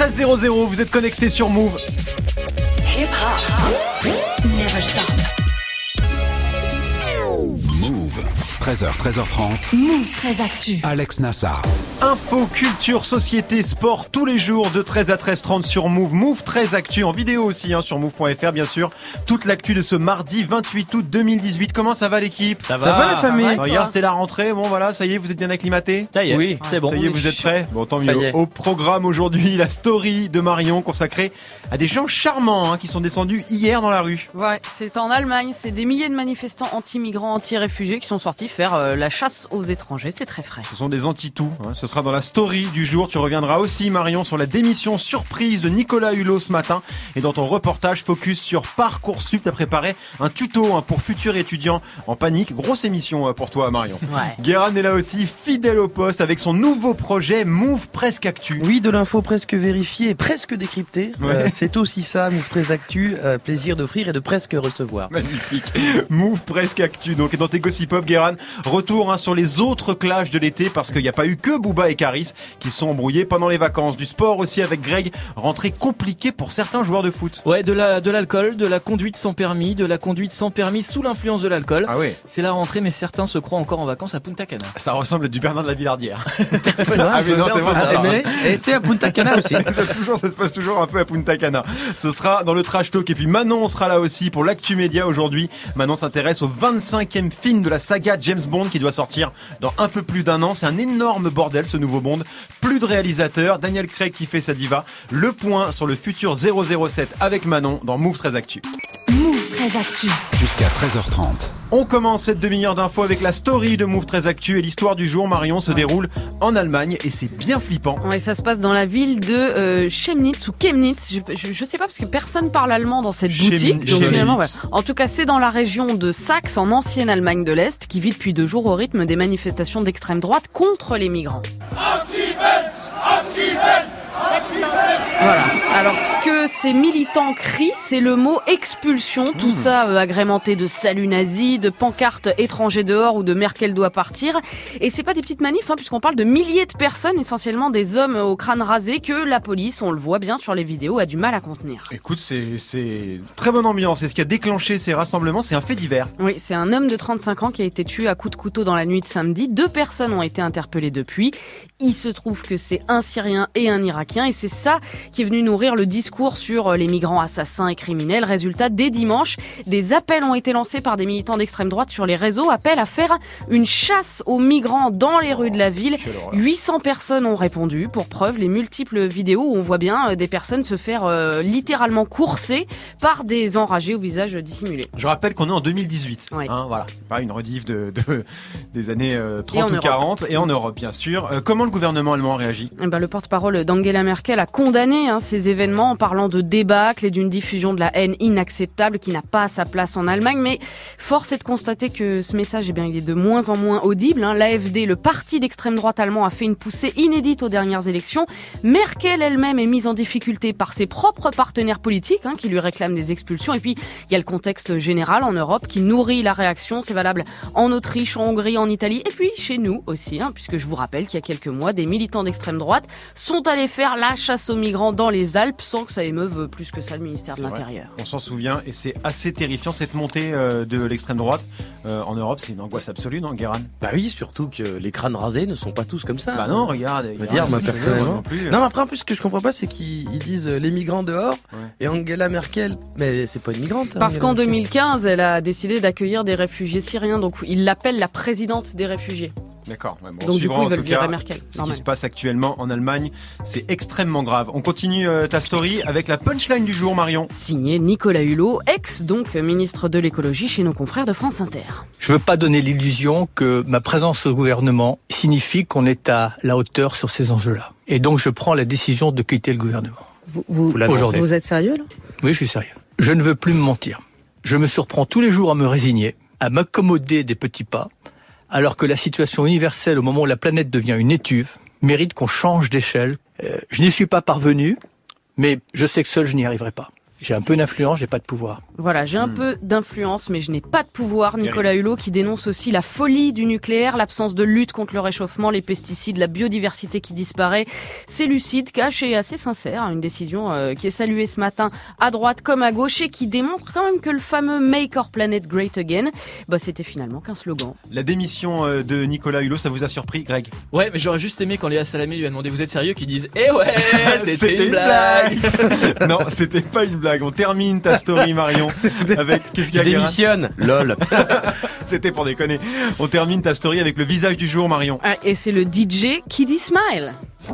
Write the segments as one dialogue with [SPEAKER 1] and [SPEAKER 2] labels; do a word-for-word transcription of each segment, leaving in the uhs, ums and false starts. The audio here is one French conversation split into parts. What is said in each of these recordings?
[SPEAKER 1] à zéro zéro, vous êtes connectés sur Move.
[SPEAKER 2] Hip hop, never stop.
[SPEAKER 3] Move, treize heures, treize heures trente.
[SPEAKER 2] Move treize Actu.
[SPEAKER 3] Alex Nassar.
[SPEAKER 1] Info, culture, société, sport, tous les jours de treize à treize trente sur Move. Move treize Actu en vidéo aussi hein, sur move point f r bien sûr. Toute l'actu de ce mardi vingt-huit août deux mille dix-huit. Comment ça va l'équipe?
[SPEAKER 4] Ça va, ça va la famille.
[SPEAKER 1] Alors, hier c'était la rentrée, bon voilà, ça y est, vous êtes bien acclimatés?
[SPEAKER 4] Ça y est,
[SPEAKER 5] oui,
[SPEAKER 4] c'est bon.
[SPEAKER 1] Ça y est, vous êtes prêts? Bon, tant
[SPEAKER 5] Ça
[SPEAKER 1] mieux.
[SPEAKER 5] y est.
[SPEAKER 1] Au programme aujourd'hui, la story de Marion consacrée à des gens charmants hein, qui sont descendus hier dans la rue.
[SPEAKER 6] Ouais, c'est en Allemagne, c'est des milliers de manifestants anti-migrants, anti-réfugiés qui sont sortis faire euh, la chasse aux étrangers, c'est très frais.
[SPEAKER 1] Ce sont des anti-tout, hein. Ce sera dans la story du jour. Tu reviendras aussi Marion sur la démission surprise de Nicolas Hulot ce matin et dans ton reportage focus sur Parcoursup, t'as préparé un tuto hein, pour futurs étudiants en panique. Grosse émission euh, pour toi Marion.
[SPEAKER 6] Ouais.
[SPEAKER 1] Guérin est là aussi, fidèle au poste avec son nouveau projet Move Presque Actu.
[SPEAKER 5] Oui, de l'info presque vérifiée et presque décryptée.
[SPEAKER 1] Ouais.
[SPEAKER 5] Euh, c'est aussi ça, Move treize Actu, euh, plaisir d'offrir et de presque recevoir.
[SPEAKER 1] Magnifique. Move Presque Actu. Donc, et dans tes gossip pop, Guérin, retour hein, sur les autres clashs de l'été parce qu'il n'y a pas eu que Booba et Karis qui sont embrouillés pendant les vacances. Du sport aussi avec Greg, rentrée compliquée pour certains joueurs de foot.
[SPEAKER 4] Ouais, de la de l'alcool, de la conduite sans permis, de la conduite sans permis sous l'influence de l'alcool.
[SPEAKER 1] Ah ouais.
[SPEAKER 4] C'est la rentrée, mais certains se croient encore en vacances à Punta Cana.
[SPEAKER 1] Ça ressemble à du Bernard de la Villardière.
[SPEAKER 5] C'est vrai,
[SPEAKER 1] Ah mais non, c'est vrai,
[SPEAKER 5] Ah,
[SPEAKER 1] ça.
[SPEAKER 5] mais- et c'est à Punta Cana aussi.
[SPEAKER 1] ça, toujours, ça se passe toujours un peu à Punta Cana. Ce sera dans le Trash Talk. Et puis Manon sera là aussi pour l'actu média aujourd'hui. Manon s'intéresse au vingt-cinquième film de la saga James Bond qui doit sortir dans un peu plus d'un an. C'est un énorme bordel ce nouveau Bond. Plus de réalisateur. Daniel Craig qui fait sa diva. Le point sur le futur zéro zéro sept avec Manon dans Move treize Actu.
[SPEAKER 2] Move treize Actu.
[SPEAKER 3] Jusqu'à treize heures trente.
[SPEAKER 1] On commence cette demi-heure d'infos avec la story de Move treize Actu et l'histoire du jour, Marion, se déroule en Allemagne et c'est bien flippant.
[SPEAKER 6] Ouais, ça se passe dans la ville de euh, Chemnitz ou Chemnitz, je, je, je sais pas parce que personne parle allemand dans cette
[SPEAKER 1] Chem-
[SPEAKER 6] boutique. Donc,
[SPEAKER 1] Chemnitz.
[SPEAKER 6] finalement, ouais. En tout cas, c'est dans la région de Saxe, en ancienne Allemagne de l'Est, qui vit depuis deux jours au rythme des manifestations d'extrême droite contre les migrants. Voilà. Alors, ce que ces militants crient, c'est le mot expulsion. Tout ça euh, agrémenté de salut nazi, de pancartes étrangers dehors ou de Merkel doit partir. Et c'est pas des petites manifs, hein, puisqu'on parle de milliers de personnes, essentiellement des hommes au crâne rasé, que la police, on le voit bien sur les vidéos, a du mal à contenir.
[SPEAKER 1] Écoute, c'est, c'est très bonne ambiance. Et ce qui a déclenché ces rassemblements, c'est un fait divers.
[SPEAKER 6] Oui, c'est un homme de trente-cinq ans qui a été tué à coups de couteau dans la nuit de samedi. Deux personnes ont été interpellées depuis. Il se trouve que c'est un Syrien et un Irakien, et c'est ça qui est venu nourrir le discours sur les migrants assassins et criminels. Résultat, dès dimanche, des appels ont été lancés par des militants d'extrême droite sur les réseaux, appels à faire une chasse aux migrants dans les rues de la ville. huit cents personnes ont répondu. Pour preuve, les multiples vidéos où on voit bien des personnes se faire euh, littéralement courser par des enragés au visage dissimulé.
[SPEAKER 1] Je rappelle qu'on est en deux mille dix-huit.
[SPEAKER 6] Oui.
[SPEAKER 1] Hein, voilà. C'est pas une rediff de, de, des années euh,
[SPEAKER 6] Et en
[SPEAKER 1] trente ou
[SPEAKER 6] Europe.
[SPEAKER 1] quarante. Et en Europe, bien sûr. Euh, comment le gouvernement allemand réagit?
[SPEAKER 6] Eh ben, le porte-parole d'Angela Merkel a condamné hein, ces événements en parlant de débâcle et d'une diffusion de la haine inacceptable qui n'a pas sa place en Allemagne. Mais force est de constater que ce message, eh bien, il est de moins en moins audible. Hein. L'A F D, le parti d'extrême droite allemand, a fait une poussée inédite aux dernières élections. Merkel elle-même est mise en difficulté par ses propres partenaires politiques hein, qui lui réclament des expulsions. Et puis, il y a le contexte général en Europe qui nourrit la réaction. C'est valable en Autriche, en Hongrie, en Italie et puis chez nous aussi, hein, puisque je vous rappelle qu'il y a quelques mois, des militants d'extrême droite sont allés faire la chasse aux migrants dans les Alpes sans que ça émeuve plus que ça le ministère de
[SPEAKER 1] C'est
[SPEAKER 6] l'Intérieur.
[SPEAKER 1] vrai. On s'en souvient et c'est assez terrifiant cette montée euh, de l'extrême droite euh, en Europe. C'est une angoisse absolue, non, Guérin?
[SPEAKER 5] Bah oui, surtout que les crânes rasés ne sont pas tous comme ça.
[SPEAKER 1] Bah non, regarde.
[SPEAKER 5] Je veux dire, moi personnellement.
[SPEAKER 1] Non, plus, euh.
[SPEAKER 5] Non, mais après, en plus, ce que je comprends pas, c'est qu'ils ils disent euh, les migrants dehors
[SPEAKER 1] Ouais.
[SPEAKER 5] et Angela Merkel, mais c'est pas une migrante.
[SPEAKER 6] Parce
[SPEAKER 5] Angela
[SPEAKER 6] qu'en
[SPEAKER 5] Merkel.
[SPEAKER 6] deux mille quinze, elle a décidé d'accueillir des réfugiés syriens, donc il l'appelle la présidente des réfugiés.
[SPEAKER 1] D'accord. Ouais, bon, on
[SPEAKER 6] Donc du
[SPEAKER 1] suivra
[SPEAKER 6] coup, ils
[SPEAKER 1] en
[SPEAKER 6] veulent
[SPEAKER 1] tout
[SPEAKER 6] virer
[SPEAKER 1] cas
[SPEAKER 6] Merkel.
[SPEAKER 1] ce qui
[SPEAKER 6] Normal.
[SPEAKER 1] se passe actuellement en Allemagne. C'est extrêmement grave. On continue euh, ta story avec la punchline du jour, Marion.
[SPEAKER 6] Signé Nicolas Hulot, ex donc ministre de l'écologie chez nos confrères de France Inter.
[SPEAKER 7] Je veux pas donner l'illusion que ma présence au gouvernement signifie qu'on est à la hauteur sur ces enjeux-là. Et donc je prends la décision de quitter le gouvernement.
[SPEAKER 6] Vous, vous,
[SPEAKER 7] Vous l'annoncez.
[SPEAKER 6] vous êtes sérieux là?
[SPEAKER 7] Oui, je suis sérieux. Je ne veux plus me mentir. Je me surprends tous les jours à me résigner, à m'accommoder des petits pas, alors que la situation universelle au moment où la planète devient une étuve mérite qu'on change d'échelle. Euh, je n'y suis pas parvenu, mais je sais que seul je n'y arriverai pas. J'ai un peu d'influence, j'ai pas de pouvoir.
[SPEAKER 6] Voilà, j'ai un
[SPEAKER 1] Hmm.
[SPEAKER 6] peu d'influence, mais je n'ai pas de pouvoir. Nicolas Hulot qui dénonce aussi la folie du nucléaire, l'absence de lutte contre le réchauffement, les pesticides, la biodiversité qui disparaît. C'est lucide, cash et assez sincère. Une décision euh, qui est saluée ce matin à droite comme à gauche et qui démontre quand même que le fameux Make Our Planet Great Again, bah, c'était finalement qu'un slogan.
[SPEAKER 1] La démission euh, de Nicolas Hulot, ça vous a surpris, Greg?
[SPEAKER 4] Ouais, mais j'aurais juste aimé quand Léa Salamé lui a demandé vous êtes sérieux qu'ils disent eh ouais, c'était une blague.
[SPEAKER 1] Non, c'était pas une blague. On termine ta story, Marion, avec qu'est-ce qu'il y a, Guérin?
[SPEAKER 8] Démissionne. Lol.
[SPEAKER 1] C'était pour déconner. On termine ta story avec le visage du jour, Marion.
[SPEAKER 6] Ah, et c'est le D J Kiddy Smile.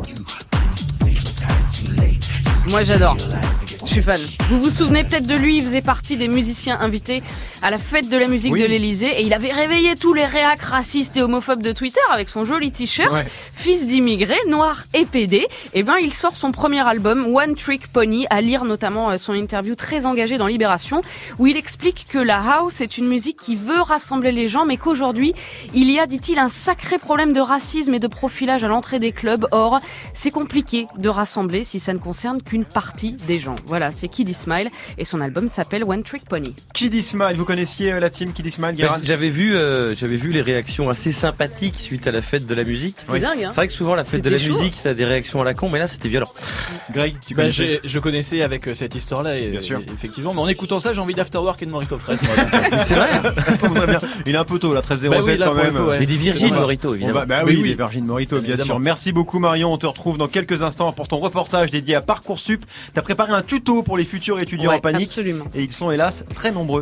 [SPEAKER 6] Moi j'adore. Je suis fan. Vous vous souvenez peut-être de lui, il faisait partie des musiciens invités à la fête de la musique
[SPEAKER 1] Oui.
[SPEAKER 6] de l'Elysée et il avait réveillé tous les réacs racistes et homophobes de Twitter avec son joli t-shirt,
[SPEAKER 1] Ouais.
[SPEAKER 6] fils d'immigrés, noir et pédé. Et ben il sort son premier album, One Trick Pony, à lire notamment son interview très engagée dans Libération, où il explique que la house est une musique qui veut rassembler les gens, mais qu'aujourd'hui il y a, dit-il, un sacré problème de racisme et de profilage à l'entrée des clubs. Or, c'est compliqué de rassembler si ça ne concerne qu'une partie des gens. Voilà, c'est Kiddy Smile et son album s'appelle One Trick Pony.
[SPEAKER 1] Kiddy Smile, vous connaissiez euh, la team Kiddy Smile, Guérin?
[SPEAKER 8] J'avais vu, euh, j'avais vu les réactions assez sympathiques suite à la fête de la musique.
[SPEAKER 6] C'est dingue, hein.
[SPEAKER 8] C'est vrai que souvent la fête de
[SPEAKER 6] C'était
[SPEAKER 8] la
[SPEAKER 6] chaud.
[SPEAKER 8] musique, ça a des réactions à la con, mais là c'était violent.
[SPEAKER 1] Greg, tu
[SPEAKER 4] Bah,
[SPEAKER 1] connais?
[SPEAKER 4] j'ai- je connaissais avec euh, cette histoire-là, et,
[SPEAKER 1] Bien sûr.
[SPEAKER 4] et- effectivement. Mais en écoutant ça, j'ai envie d'afterwork et de Morito fraise. moi, donc, euh,
[SPEAKER 8] C'est vrai.
[SPEAKER 1] Ça tombe très bien. Il est un peu tôt, là, treize zéro sept
[SPEAKER 4] Bah oui, là,
[SPEAKER 1] quand
[SPEAKER 4] pour le
[SPEAKER 1] même.
[SPEAKER 4] coup, ouais.
[SPEAKER 8] Mais des Virgin
[SPEAKER 1] On va-
[SPEAKER 8] Morito
[SPEAKER 1] On
[SPEAKER 8] évidemment.
[SPEAKER 1] va- bah oui,
[SPEAKER 4] Oui, oui.
[SPEAKER 1] les Virgin Morito, bien
[SPEAKER 4] Évidemment.
[SPEAKER 1] sûr. Merci beaucoup, Marion. On te retrouve dans quelques instants pour ton reportage dédié à Parcoursup. T'as préparé un tuto pour les futurs étudiants
[SPEAKER 6] Ouais,
[SPEAKER 1] en panique.
[SPEAKER 6] absolument.
[SPEAKER 1] Et ils sont hélas très nombreux.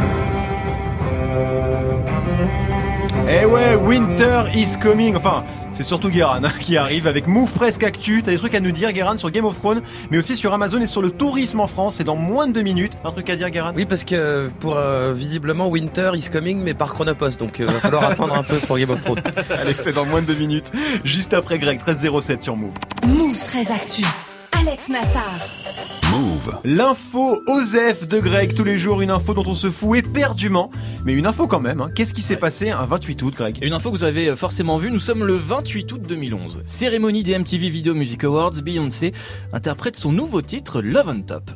[SPEAKER 1] Eh ouais, Winter is coming. Enfin, c'est surtout Guérin hein, qui arrive avec Move Presque Actu. T'as des trucs à nous dire, Guérin, sur Game of Thrones, mais aussi sur Amazon et sur le tourisme en France. C'est dans moins de deux minutes. Un truc à dire, Guérin?
[SPEAKER 8] Oui, parce que pour euh, visiblement Winter is coming, mais par Chronopost, donc il va falloir attendre un peu pour Game of Thrones.
[SPEAKER 1] Allez, c'est dans moins de deux minutes. Juste après Greg, treize zéro sept sur Move.
[SPEAKER 2] Move très actu. Alex Nassar.
[SPEAKER 3] Move.
[SPEAKER 1] L'info Osef de Greg, tous les jours une info dont on se fout éperdument, mais une info quand même. Hein. Qu'est-ce qui s'est passé un vingt-huit août, Greg?
[SPEAKER 4] Et une info que vous avez forcément vue, nous sommes le vingt-huit août deux mille onze. Cérémonie des M T V Video Music Awards, Beyoncé interprète son nouveau titre Love on Top.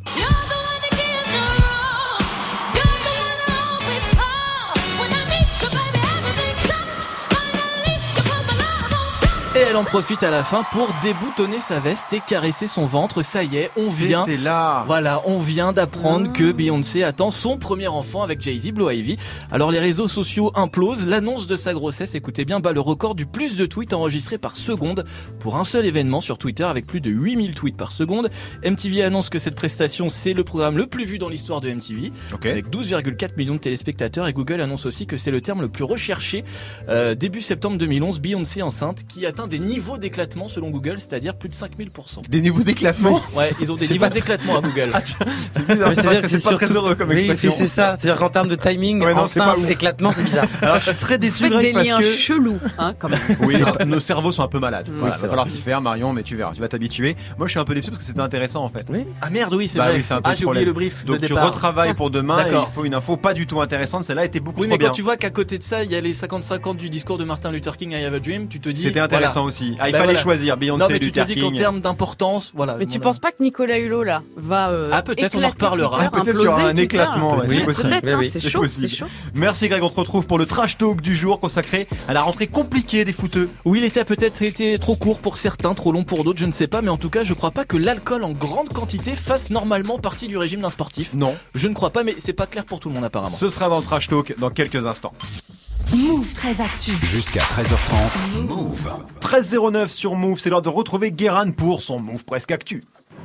[SPEAKER 4] Et elle en profite à la fin pour déboutonner sa veste et caresser son ventre. Ça y est, on vient.
[SPEAKER 1] C'était là.
[SPEAKER 4] Voilà, on vient d'apprendre que Beyoncé attend son premier enfant avec Jay-Z, Blue Ivy. Alors les réseaux sociaux implosent. L'annonce de sa grossesse, écoutez bien, bat le record du plus de tweets enregistrés par seconde pour un seul événement sur Twitter avec plus de huit mille tweets par seconde. M T V annonce que cette prestation, c'est le programme le plus vu dans l'histoire de M T V,
[SPEAKER 1] Ok.
[SPEAKER 4] avec douze virgule quatre millions de téléspectateurs. Et Google annonce aussi que c'est le terme le plus recherché. Euh, début septembre deux mille onze, Beyoncé enceinte qui atteint des niveaux d'éclatement selon Google, c'est-à-dire plus de cinq mille pour cent.
[SPEAKER 1] Des niveaux d'éclatement.
[SPEAKER 4] Ouais, ils ont des
[SPEAKER 8] C'est
[SPEAKER 4] niveaux
[SPEAKER 8] pas-
[SPEAKER 4] d'éclatement à Google.
[SPEAKER 1] C'est bizarre, c'est pas, c'est pas très heureux comme
[SPEAKER 8] Oui,
[SPEAKER 1] expression.
[SPEAKER 8] c'est c'est ça. C'est-à-dire qu'en termes de timing,
[SPEAKER 1] Ouais, non, c'est pas
[SPEAKER 8] enceinte,
[SPEAKER 1] ouf.
[SPEAKER 8] éclatement, c'est bizarre.
[SPEAKER 1] Alors je suis très déçu,
[SPEAKER 6] Faites des
[SPEAKER 1] Greg, parce
[SPEAKER 6] liens
[SPEAKER 1] que
[SPEAKER 6] chelous, hein, quand même.
[SPEAKER 1] oui, nos cerveaux sont un peu malades.
[SPEAKER 6] Oui,
[SPEAKER 1] Voilà,
[SPEAKER 8] c'est
[SPEAKER 1] va falloir
[SPEAKER 8] vrai.
[SPEAKER 1] t'y faire, Marion, mais tu verras, tu vas t'habituer. Moi, je suis un peu déçu parce que c'était intéressant en fait.
[SPEAKER 8] Oui.
[SPEAKER 4] Ah merde, oui, c'est
[SPEAKER 1] Bah
[SPEAKER 4] vrai.
[SPEAKER 1] oui, c'est un peu
[SPEAKER 4] ah,
[SPEAKER 1] le
[SPEAKER 4] j'ai oublié
[SPEAKER 1] problème.
[SPEAKER 4] le brief
[SPEAKER 1] Donc
[SPEAKER 4] de
[SPEAKER 1] tu
[SPEAKER 4] départ.
[SPEAKER 1] retravailles pour demain et il
[SPEAKER 4] D'accord.
[SPEAKER 1] faut une info pas du tout intéressante. Celle-là était beaucoup
[SPEAKER 4] Oui,
[SPEAKER 1] trop
[SPEAKER 4] mais quand
[SPEAKER 1] bien.
[SPEAKER 4] tu vois qu'à côté de ça, il y a les cinquante cinquante du discours de Martin Luther King, I Have a Dream, tu te dis.
[SPEAKER 1] C'était intéressant
[SPEAKER 4] voilà.
[SPEAKER 1] aussi. Ah, il
[SPEAKER 4] Bah
[SPEAKER 1] fallait
[SPEAKER 4] voilà.
[SPEAKER 1] choisir Beyoncé
[SPEAKER 4] Non, mais
[SPEAKER 1] et
[SPEAKER 4] tu te
[SPEAKER 1] Luther
[SPEAKER 4] dis qu'en
[SPEAKER 1] King.
[SPEAKER 4] termes d'importance, voilà.
[SPEAKER 6] Mais tu
[SPEAKER 4] Voilà.
[SPEAKER 6] penses pas que Nicolas Hulot, là, va euh,
[SPEAKER 4] Ah, peut-être, on en
[SPEAKER 6] éclater
[SPEAKER 4] reparlera.
[SPEAKER 6] Twitter,
[SPEAKER 1] Ah, peut-être qu'il y aura
[SPEAKER 6] imploser
[SPEAKER 1] un
[SPEAKER 6] Twitter.
[SPEAKER 1] éclatement, ouais,
[SPEAKER 8] Oui,
[SPEAKER 1] c'est possible.
[SPEAKER 6] Peut-être,
[SPEAKER 8] Oui,
[SPEAKER 6] hein,
[SPEAKER 8] oui,
[SPEAKER 6] c'est
[SPEAKER 1] c'est
[SPEAKER 6] chaud,
[SPEAKER 1] possible.
[SPEAKER 6] c'est chaud.
[SPEAKER 1] Merci Greg, on te retrouve pour le trash talk du jour consacré à la rentrée compliquée des footeux.
[SPEAKER 4] Oui, l'été a peut-être été trop court pour certains, trop long pour d'autres, je ne sais pas, mais en tout cas, je crois pas que l'alcool en grande quantité fasse normalement partie du régime d'un sportif.
[SPEAKER 1] Non,
[SPEAKER 4] Je ne crois pas, mais c'est pas clair pour tout le monde apparemment.
[SPEAKER 1] ce sera dans le trash talk dans quelques instants.
[SPEAKER 2] Move très actu.
[SPEAKER 3] Jusqu'à treize heures trente. Move.
[SPEAKER 1] treize zéro neuf sur Move, c'est l'heure de retrouver Guérin pour son Move Presque Actu.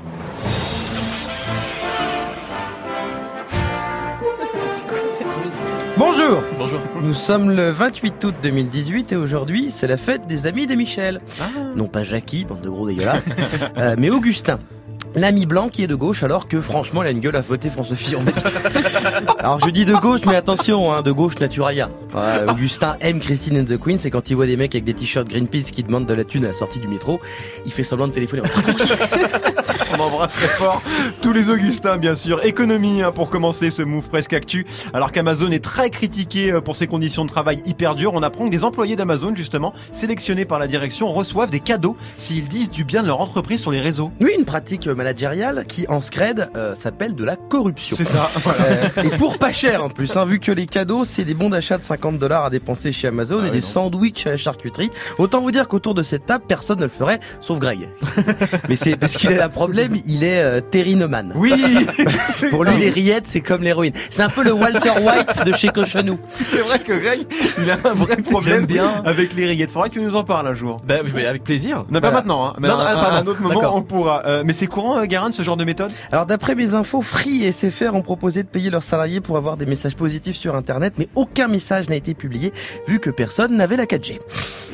[SPEAKER 6] C'est quoi cette musique?
[SPEAKER 5] Bonjour,
[SPEAKER 4] Bonjour.
[SPEAKER 5] nous sommes le vingt-huit août deux mille dix-huit et aujourd'hui c'est la fête des amis de Michel. Non pas Jackie, bande de gros dégueulasses, euh, mais Augustin. L'ami blanc qui est de gauche alors que franchement il a une gueule à voter François Fillon. Alors je dis de gauche mais attention, hein, de gauche Naturalia. Ouais, Augustin aime Christine and the Queen, c'est quand il voit des mecs avec des t-shirts Greenpeace qui demandent de la thune à la sortie du métro, il fait semblant de téléphoner.
[SPEAKER 1] On embrasse très fort tous les Augustins, bien sûr. Économie, hein, pour commencer ce Move Presque Actu. Alors qu'Amazon est très critiqué pour ses conditions de travail hyper dures, on apprend que des employés d'Amazon, justement, sélectionnés par la direction, reçoivent des cadeaux s'ils disent du bien de leur entreprise sur les réseaux.
[SPEAKER 5] Oui, une pratique managériale qui, en scred, euh, s'appelle de la corruption.
[SPEAKER 1] C'est ça. Voilà.
[SPEAKER 5] Euh, et pour pas cher en plus, hein, vu que les cadeaux, c'est des bons d'achat de cinquante dollars à dépenser chez Amazon ah et oui, des non. sandwichs à la charcuterie. Autant vous dire qu'autour de cette table, personne ne le ferait, sauf Greg. Mais c'est parce qu'il a un problème, il est euh, terrinomane.
[SPEAKER 1] Oui.
[SPEAKER 5] Pour lui, les rillettes, c'est comme l'héroïne. C'est un peu le Walter White de chez Cochonou.
[SPEAKER 1] C'est vrai que Greg, il a un vrai problème bien. avec les rillettes. Faudrait que tu nous en parles un jour.
[SPEAKER 4] Bah, mais avec plaisir.
[SPEAKER 1] Non, voilà. Pas maintenant, hein. Mais non, à, à un autre moment,
[SPEAKER 4] D'accord.
[SPEAKER 1] on pourra. Euh, mais c'est courant, euh, Guérin, ce genre de méthode?
[SPEAKER 5] Alors, d'après mes infos, Free et S F R ont proposé de payer leurs salariés pour avoir des messages positifs sur Internet, mais aucun message n'a été publié, vu que personne n'avait la quatre G.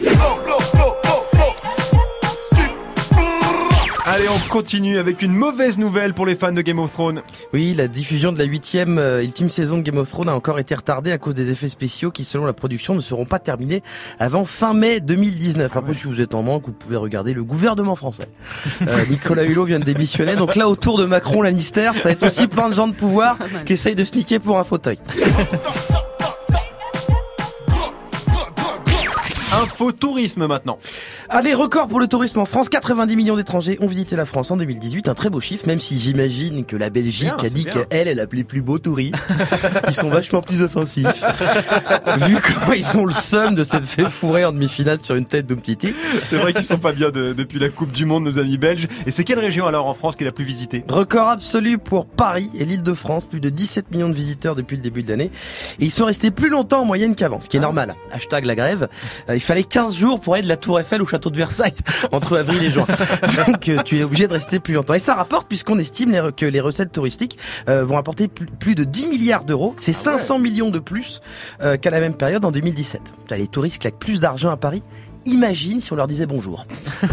[SPEAKER 1] Allez, on continue avec une mauvaise nouvelle pour les fans de Game of Thrones.
[SPEAKER 5] Oui, la diffusion de la huitième euh, ultime saison de Game of Thrones a encore été retardée à cause des effets spéciaux qui, selon la production, ne seront pas terminés avant fin mai deux mille dix-neuf. Ah Après, ouais. si vous êtes en manque, vous pouvez regarder le gouvernement français. Euh, Nicolas Hulot vient de démissionner, donc là, autour de Macron, Lannister, ça va être aussi plein de gens de pouvoir qui essayent de sneaker pour un fauteuil.
[SPEAKER 1] Infotourisme maintenant.
[SPEAKER 5] Allez, record pour le tourisme en France. quatre-vingt-dix millions d'étrangers ont visité la France en deux mille dix-huit. Un très beau chiffre, même si j'imagine que la Belgique bien, a dit qu'elle, elle appelait plus beaux touristes. Ils sont vachement plus offensifs. Vu comment ils ont le seum de s'être fait fourrer en demi-finale sur une tête d'Umtiti.
[SPEAKER 1] C'est vrai qu'ils sont pas bien de, depuis la Coupe du Monde, nos amis belges. Et c'est quelle région alors en France qui est la plus visitée?
[SPEAKER 5] Record absolu pour Paris et l'Île-de-France. Plus de dix-sept millions de visiteurs depuis le début de l'année. Et ils sont restés plus longtemps en moyenne qu'avant, ce qui est ah. normal. Hashtag la grève. Euh, il fallait quinze jours pour aller de la Tour Eiffel au château de Versailles entre avril et juin. Donc euh, tu es obligé de rester plus longtemps. Et ça rapporte puisqu'on estime les, que les recettes touristiques euh, vont apporter plus, plus de dix milliards d'euros. C'est ah ouais. cinq cents millions de plus euh, qu'à la même période en deux mille dix-sept. Putain, les touristes claquent plus d'argent à Paris. Imagine si on leur disait bonjour.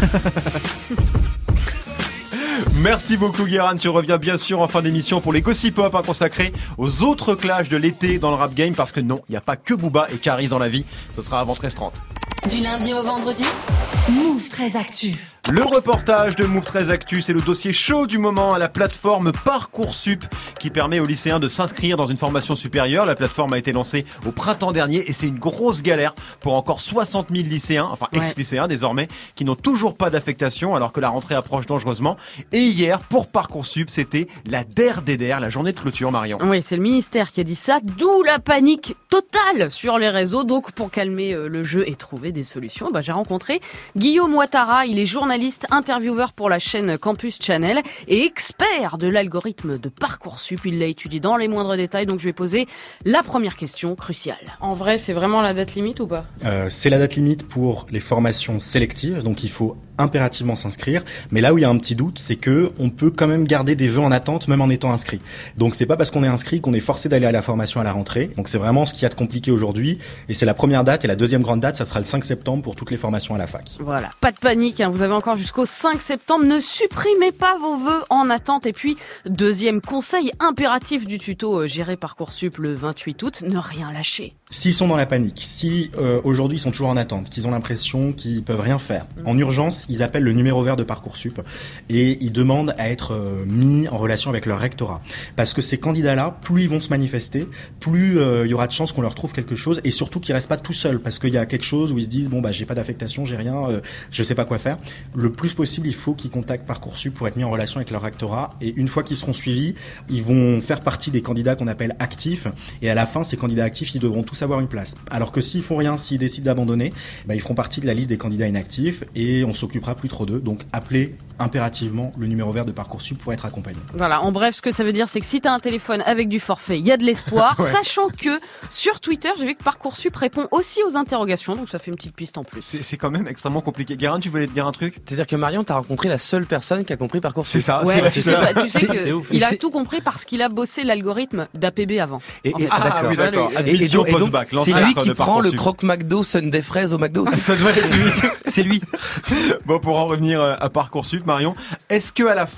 [SPEAKER 1] Merci beaucoup Guérin, tu reviens bien sûr en fin d'émission pour les Gossip Pop hein, consacrés aux autres clashs de l'été dans le rap game parce que non, il n'y a pas que Booba et Caris dans la vie, ce sera avant treize heures trente.
[SPEAKER 2] Du lundi au vendredi, Move treize Actu.
[SPEAKER 1] Le reportage de Move treize Actu, c'est le dossier chaud du moment à la plateforme Parcoursup qui permet aux lycéens de s'inscrire dans une formation supérieure. La plateforme a été lancée au printemps dernier et c'est une grosse galère pour encore soixante mille lycéens, enfin ex-lycéens désormais, qui n'ont toujours pas d'affectation alors que la rentrée approche dangereusement. Et hier, pour Parcoursup, c'était la D E R D D R, la journée de clôture, Marion.
[SPEAKER 6] Oui, c'est le ministère qui a dit ça, d'où la panique totale sur les réseaux. Donc pour calmer le jeu et trouver des solutions, bah, j'ai rencontré Guillaume Ouattara, il est journaliste intervieweur pour la chaîne Campus Channel et expert de l'algorithme de Parcoursup. Il l'a étudié dans les moindres détails, donc je vais poser la première question cruciale. En vrai, c'est vraiment la date limite ou pas ?
[SPEAKER 9] euh, C'est la date limite pour les formations sélectives, donc il faut impérativement s'inscrire. Mais là où il y a un petit doute, c'est que on peut quand même garder des vœux en attente même en étant inscrit. Donc c'est pas parce qu'on est inscrit qu'on est forcé d'aller à la formation à la rentrée. Donc c'est vraiment ce qu'il y a de compliqué aujourd'hui. Et c'est la première date et la deuxième grande date, ça sera le cinq septembre pour toutes les formations à la fac.
[SPEAKER 6] Voilà, pas de panique, hein. Vous avez encore jusqu'au cinq septembre. Ne supprimez pas vos vœux en attente. Et puis, deuxième conseil impératif du tuto euh, géré Parcoursup le vingt-huit août, ne rien lâcher.
[SPEAKER 9] S'ils sont dans la panique, si euh, aujourd'hui ils sont toujours en attente, qu'ils ont l'impression qu'ils peuvent rien faire, mmh. en urgence, ils appellent le numéro vert de Parcoursup et ils demandent à être euh, mis en relation avec leur rectorat. Parce que ces candidats-là, plus ils vont se manifester, plus euh, il y aura de chances qu'on leur trouve quelque chose et surtout qu'ils restent pas tout seuls parce qu'il y a quelque chose où ils se disent bon bah j'ai pas d'affectation, j'ai rien, euh, je sais pas quoi faire. Le plus possible, il faut qu'ils contactent Parcoursup pour être mis en relation avec leur rectorat et une fois qu'ils seront suivis, ils vont faire partie des candidats qu'on appelle actifs et à la fin, ces candidats actifs, ils devront tous avoir une place. Alors que s'ils font rien, s'ils décident d'abandonner, bah, ils feront partie de la liste des candidats inactifs et on s'occupera plus trop d'eux. Donc appelez impérativement le numéro vert de Parcoursup pour être accompagné.
[SPEAKER 6] Voilà, en bref, ce que ça veut dire, c'est que si tu as un téléphone avec du forfait, il y a de l'espoir, ouais. Sachant que sur Twitter, j'ai vu que Parcoursup répond aussi aux interrogations, donc ça fait une petite piste en plus.
[SPEAKER 1] C'est, c'est quand même extrêmement compliqué. Guérin, tu voulais te dire un truc ?
[SPEAKER 5] C'est-à-dire que Marion, t'as rencontré la seule personne qui a compris Parcoursup.
[SPEAKER 1] C'est ça,
[SPEAKER 6] ouais,
[SPEAKER 1] c'est,
[SPEAKER 6] c'est
[SPEAKER 1] c'est
[SPEAKER 6] ça. Tu sais qu'il a
[SPEAKER 5] c'est...
[SPEAKER 6] tout compris parce qu'il a bossé l'algorithme d'A P B avant.
[SPEAKER 5] Et, et,
[SPEAKER 1] ah, d'accord. Oui, d'accord. Admission post-bac.
[SPEAKER 5] C'est lui qui prend le croque McDo Sunday fraise au McDo.
[SPEAKER 1] Ça doit être lui.
[SPEAKER 5] C'est lui.
[SPEAKER 1] Bon, pour en revenir à Parcoursup, Marion, est-ce que à la fin,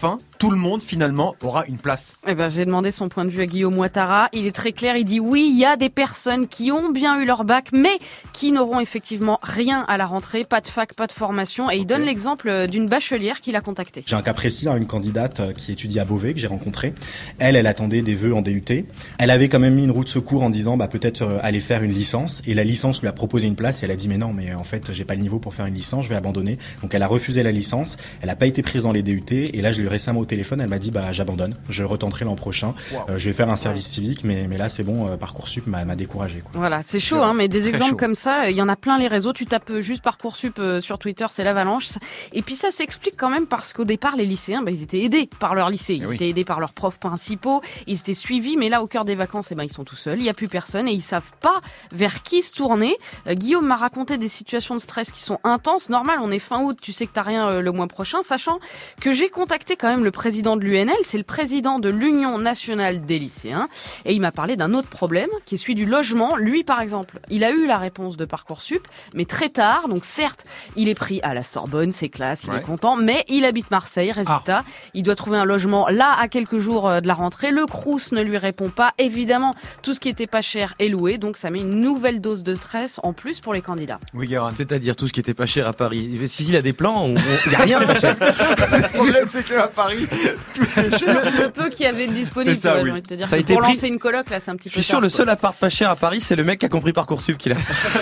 [SPEAKER 1] tout le monde finalement aura une place.
[SPEAKER 6] Eh ben, j'ai demandé son point de vue à Guillaume Ouattara. Il est très clair, il dit oui, il y a des personnes qui ont bien eu leur bac, mais qui n'auront effectivement rien à la rentrée, pas de fac, pas de formation. Et il
[SPEAKER 9] Okay.
[SPEAKER 6] donne l'exemple d'une bachelière qu'il a contactée.
[SPEAKER 9] J'ai un cas précis, hein, une candidate qui étudie à Beauvais, que j'ai rencontrée. Elle, elle attendait des vœux en D U T. Elle avait quand même mis une roue de secours en disant bah, peut-être euh, aller faire une licence. Et la licence lui a proposé une place et elle a dit mais non, mais en fait, j'ai pas le niveau pour faire une licence, je vais abandonner. Donc elle a refusé la licence. Elle a pas été prise dans les D U T. Et là, je l'ai eu récemment au téléphone, elle m'a dit bah j'abandonne, je retenterai l'an prochain. Wow. Euh, je vais faire un service civique, mais, mais là, c'est bon, euh, Parcoursup m'a, m'a découragé. Quoi.
[SPEAKER 6] Voilà, c'est chaud, hein, mais des
[SPEAKER 1] Très
[SPEAKER 6] exemples
[SPEAKER 1] chaud.
[SPEAKER 6] comme ça, il y en a plein les réseaux. Tu tapes juste Parcoursup euh, sur Twitter, c'est l'avalanche. Et puis ça s'explique quand même parce qu'au départ, les lycéens, bah, ils étaient aidés par leur lycée. Ils
[SPEAKER 1] oui.
[SPEAKER 6] étaient aidés par leurs profs principaux. Ils étaient suivis, mais là, au cœur des vacances, eh ben, ils sont tout seuls. Il n'y a plus personne et ils savent pas vers qui se tourner. Euh, Guillaume m'a raconté des situations de stress qui sont intenses. Normal, on est fin août, tu sais que t'as rien euh, le mois prochain, sachant que j'ai contacté quand même le président de l'U N L. C'est le président de l'Union nationale des lycéens. Et il m'a parlé d'un autre problème, qui est celui du logement. Lui, par exemple, il a eu la réponse de Parcoursup, mais très tard. Donc certes, il est pris à la Sorbonne, c'est classe, il
[SPEAKER 1] Ouais.
[SPEAKER 6] est content, mais il habite Marseille. Résultat, ah. il doit trouver un logement là à quelques jours de la rentrée. Le Crous ne lui répond pas. Évidemment, tout ce qui était pas cher est loué, donc ça met une nouvelle dose de stress en plus pour les candidats.
[SPEAKER 1] Oui, Guérin.
[SPEAKER 8] C'est-à-dire tout ce qui était pas cher à Paris. S'il a des plans, il n'y a rien de pas cher.
[SPEAKER 1] Le problème, c'est qu'à Paris, tout est cher.
[SPEAKER 6] Le, le peu qu'il y avait de disponible,
[SPEAKER 1] C'est ça,
[SPEAKER 6] ouais,
[SPEAKER 1] oui.
[SPEAKER 6] j'ai envie de te dire
[SPEAKER 8] Ça a
[SPEAKER 6] que
[SPEAKER 8] été
[SPEAKER 6] pour
[SPEAKER 8] pris-
[SPEAKER 6] lancer une coloc, là, c'est un petit
[SPEAKER 8] Je
[SPEAKER 6] peu
[SPEAKER 8] suis sûr,
[SPEAKER 6] tard,
[SPEAKER 8] le
[SPEAKER 6] quoi.
[SPEAKER 8] seul appart pas cher à Paris, c'est le mec qui a compris Parcoursup qu'il a.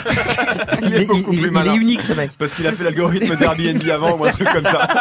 [SPEAKER 1] Il est beaucoup
[SPEAKER 8] il,
[SPEAKER 1] plus
[SPEAKER 8] il
[SPEAKER 1] malin.
[SPEAKER 8] est unique, ce mec.
[SPEAKER 1] Parce qu'il a fait l'algorithme d'Airbnb avant ou un truc comme ça.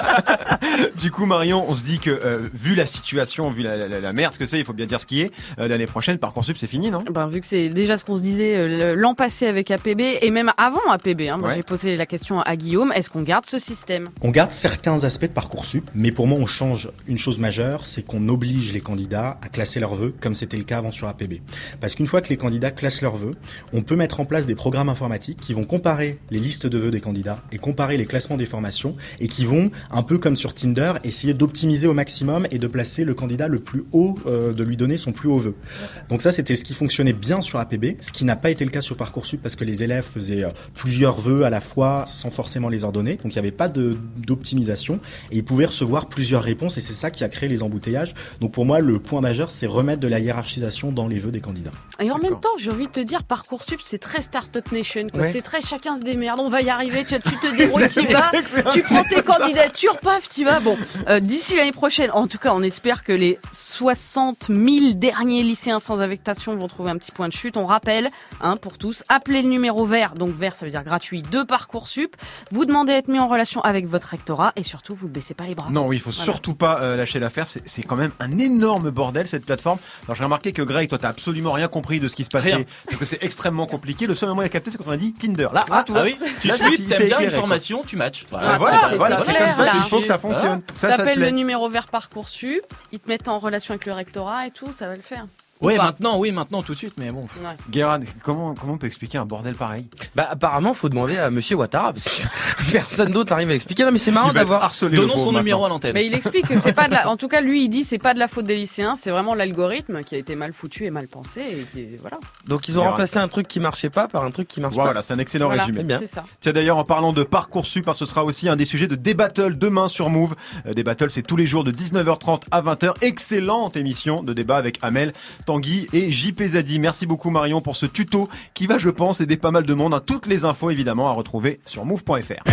[SPEAKER 1] Du coup, Marion, on se dit que euh, vu la situation, vu la, la, la merde que c'est, il faut bien dire ce qui est, euh, l'année prochaine, Parcoursup, c'est fini, non?
[SPEAKER 6] Ben, vu que c'est déjà ce qu'on se disait euh, l'an passé avec A P B et même avant A P B, hein, moi
[SPEAKER 1] Ouais.
[SPEAKER 6] j'ai posé la question à Guillaume, est-ce qu'on garde ce système?
[SPEAKER 9] On garde certains aspects de Parcoursup, mais pour moi, on change une chose majeure, c'est qu'on oblige les candidats à classer leurs vœux, comme c'était le cas avant sur A P B. Parce qu'une fois que les candidats classent leurs vœux, on peut mettre en place des programmes informatiques qui vont comparer les listes de vœux des candidats et comparer les classements des formations et qui vont, un peu comme sur Tinder, essayer d'optimiser au maximum et de placer le candidat le plus haut, euh, de lui donner son plus haut vœu. Donc ça, c'était ce qui fonctionnait bien sur A P B, ce qui n'a pas été le cas sur Parcoursup parce que les élèves faisaient euh, plusieurs vœux à la fois sans forcément les ordonner. Donc il n'y avait pas de, d'optimisation et ils pouvaient recevoir plusieurs réponses et c'est ça qui a créé les embouteillages. Donc pour moi, le point majeur, c'est remettre de la hiérarchisation dans les vœux des candidats.
[SPEAKER 6] Et en
[SPEAKER 1] D'accord.
[SPEAKER 6] même temps, j'ai envie de te dire, Parcoursup, c'est très Startup Nation, quoi.
[SPEAKER 8] Ouais.
[SPEAKER 6] C'est très chacun se démerde, on va y arriver, tu, tu te débrouilles, tu y vas, tu prends tes candidatures, paf, tu y vas. Bon, euh, d'ici l'année prochaine, en tout cas, on espère que les soixante mille derniers lycéens sans affectation vont trouver un petit point de chute. On rappelle, hein, pour tous, appelez le numéro vert, donc vert, ça veut dire gratuit, de Parcoursup. Vous demandez à être mis en relation avec votre rectorat et surtout, vous ne baissez pas les bras.
[SPEAKER 1] Non, oui, il faut
[SPEAKER 6] Voilà.
[SPEAKER 1] surtout pas euh, lâcher l'affaire. C'est, c'est quand même un énorme bordel, cette plateforme. Alors, j'ai remarqué que Greg, toi, t'as absolument rien compris de ce qui se passait.
[SPEAKER 8] Rien.
[SPEAKER 1] Parce que c'est extrêmement compliqué. Le seul moment où il a capté, c'est quand on a dit Tinder. Là,
[SPEAKER 4] Ah,
[SPEAKER 1] tu vois.
[SPEAKER 4] ah oui, tu
[SPEAKER 1] Là,
[SPEAKER 4] suis,
[SPEAKER 1] il s'est
[SPEAKER 4] t'aimes bien
[SPEAKER 1] éclairé,
[SPEAKER 4] une
[SPEAKER 1] quoi.
[SPEAKER 4] formation, tu matches.
[SPEAKER 6] Ah,
[SPEAKER 1] Voilà,
[SPEAKER 6] c'est
[SPEAKER 1] voilà,
[SPEAKER 6] clair,
[SPEAKER 1] c'est comme ça
[SPEAKER 6] là.
[SPEAKER 1] qu'il faut que ça fonctionne. Ça, ça te
[SPEAKER 6] T'appelles le
[SPEAKER 1] plaît.
[SPEAKER 6] numéro vert Parcoursup, ils te mettent en relation avec le rectorat et tout, ça va le faire. Ou
[SPEAKER 4] Ouais,
[SPEAKER 6] pas.
[SPEAKER 4] maintenant, oui, maintenant, tout de suite, mais bon.
[SPEAKER 6] Ouais.
[SPEAKER 1] Guérin, comment, comment on peut expliquer un bordel pareil?
[SPEAKER 8] Bah, apparemment, faut demander à monsieur Ouattara, parce que personne d'autre n'arrive à l'expliquer. Non, mais c'est marrant
[SPEAKER 1] Il va être
[SPEAKER 8] d'avoir.
[SPEAKER 1] harcelé, le
[SPEAKER 4] Donnons
[SPEAKER 1] pauvre,
[SPEAKER 4] son numéro
[SPEAKER 1] maintenant.
[SPEAKER 4] à l'antenne.
[SPEAKER 6] Mais il explique que c'est pas de la, en tout cas, lui, il dit c'est pas de la faute des lycéens, c'est vraiment l'algorithme qui a été mal foutu et mal pensé et qui, voilà.
[SPEAKER 8] Donc, ils ont
[SPEAKER 1] Bien
[SPEAKER 8] remplacé un truc qui marchait pas par un truc qui marche pas.
[SPEAKER 1] Voilà, c'est un excellent
[SPEAKER 6] Voilà,
[SPEAKER 1] résumé.
[SPEAKER 8] bien.
[SPEAKER 6] c'est ça.
[SPEAKER 1] Tiens, d'ailleurs, en parlant de Parcoursup, hein, ce sera aussi un des sujets de Des Battles demain sur Move. Euh, Des Battles, c'est tous les jours de dix-neuf heures trente à vingt heures. Excellente émission de débat avec Amel, Tanguy et J P Zadi. Merci beaucoup Marion pour ce tuto qui va, je pense, aider pas mal de monde. Hein. Toutes les infos, évidemment, à retrouver sur move point f r.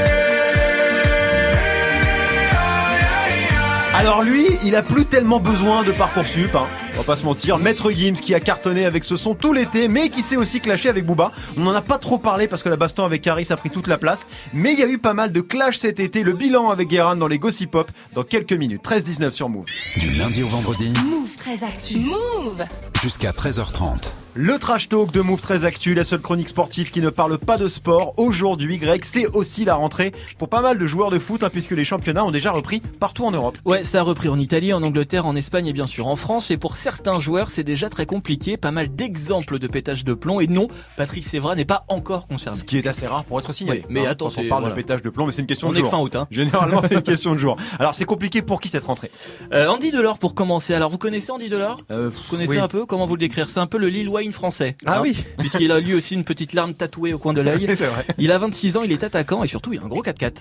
[SPEAKER 1] Alors lui, il a plus tellement besoin de Parcoursup, hein. On va pas se mentir. Maître Gims qui a cartonné avec ce son tout l'été, mais qui s'est aussi clashé avec Booba. On n'en a pas trop parlé parce que la baston avec Caris a pris toute la place, mais il y a eu pas mal de clash cet été. Le bilan avec Guérin dans les Gossip Pop dans quelques minutes. treize dix-neuf sur Move.
[SPEAKER 3] Du lundi au vendredi,
[SPEAKER 2] Move très actu. Move.
[SPEAKER 3] jusqu'à treize heures trente.
[SPEAKER 1] Le trash talk de Move très actu, la seule chronique sportive qui ne parle pas de sport. Aujourd'hui, Greg, c'est aussi la rentrée pour pas mal de joueurs de foot, hein, puisque les championnats ont déjà repris partout en Europe.
[SPEAKER 4] Ouais, ça a repris en Italie, en Angleterre, en Espagne et bien sûr en France. Et pour certains joueurs, c'est déjà très compliqué. Pas mal d'exemples de pétage de plomb. Et non, Patrice Evra n'est pas encore concerné.
[SPEAKER 1] Ce qui est assez rare pour être signalé.
[SPEAKER 4] Ouais, mais
[SPEAKER 1] hein,
[SPEAKER 4] attends,
[SPEAKER 1] quand on
[SPEAKER 4] c'est-
[SPEAKER 1] parle
[SPEAKER 4] voilà.
[SPEAKER 1] de pétage de plomb, mais c'est une question
[SPEAKER 4] On
[SPEAKER 1] de
[SPEAKER 4] est que
[SPEAKER 1] jour.
[SPEAKER 4] fin août, hein.
[SPEAKER 1] Généralement, c'est une question de jour. Alors, c'est compliqué pour qui cette rentrée?
[SPEAKER 4] Euh, Andy Delors pour commencer. Alors, vous connaissez Andy Delors?
[SPEAKER 1] euh,
[SPEAKER 4] Vous connaissez
[SPEAKER 8] Oui.
[SPEAKER 4] un peu? Comment vous le décrire? C'est un peu le Lil Wayne français.
[SPEAKER 8] Ah
[SPEAKER 4] hein,
[SPEAKER 8] oui.
[SPEAKER 4] Puisqu'il a lui aussi une petite larme tatouée au coin de l'œil.
[SPEAKER 1] C'est vrai.
[SPEAKER 4] Il a vingt-six ans, il est attaquant et surtout il a un gros quatre-quatre.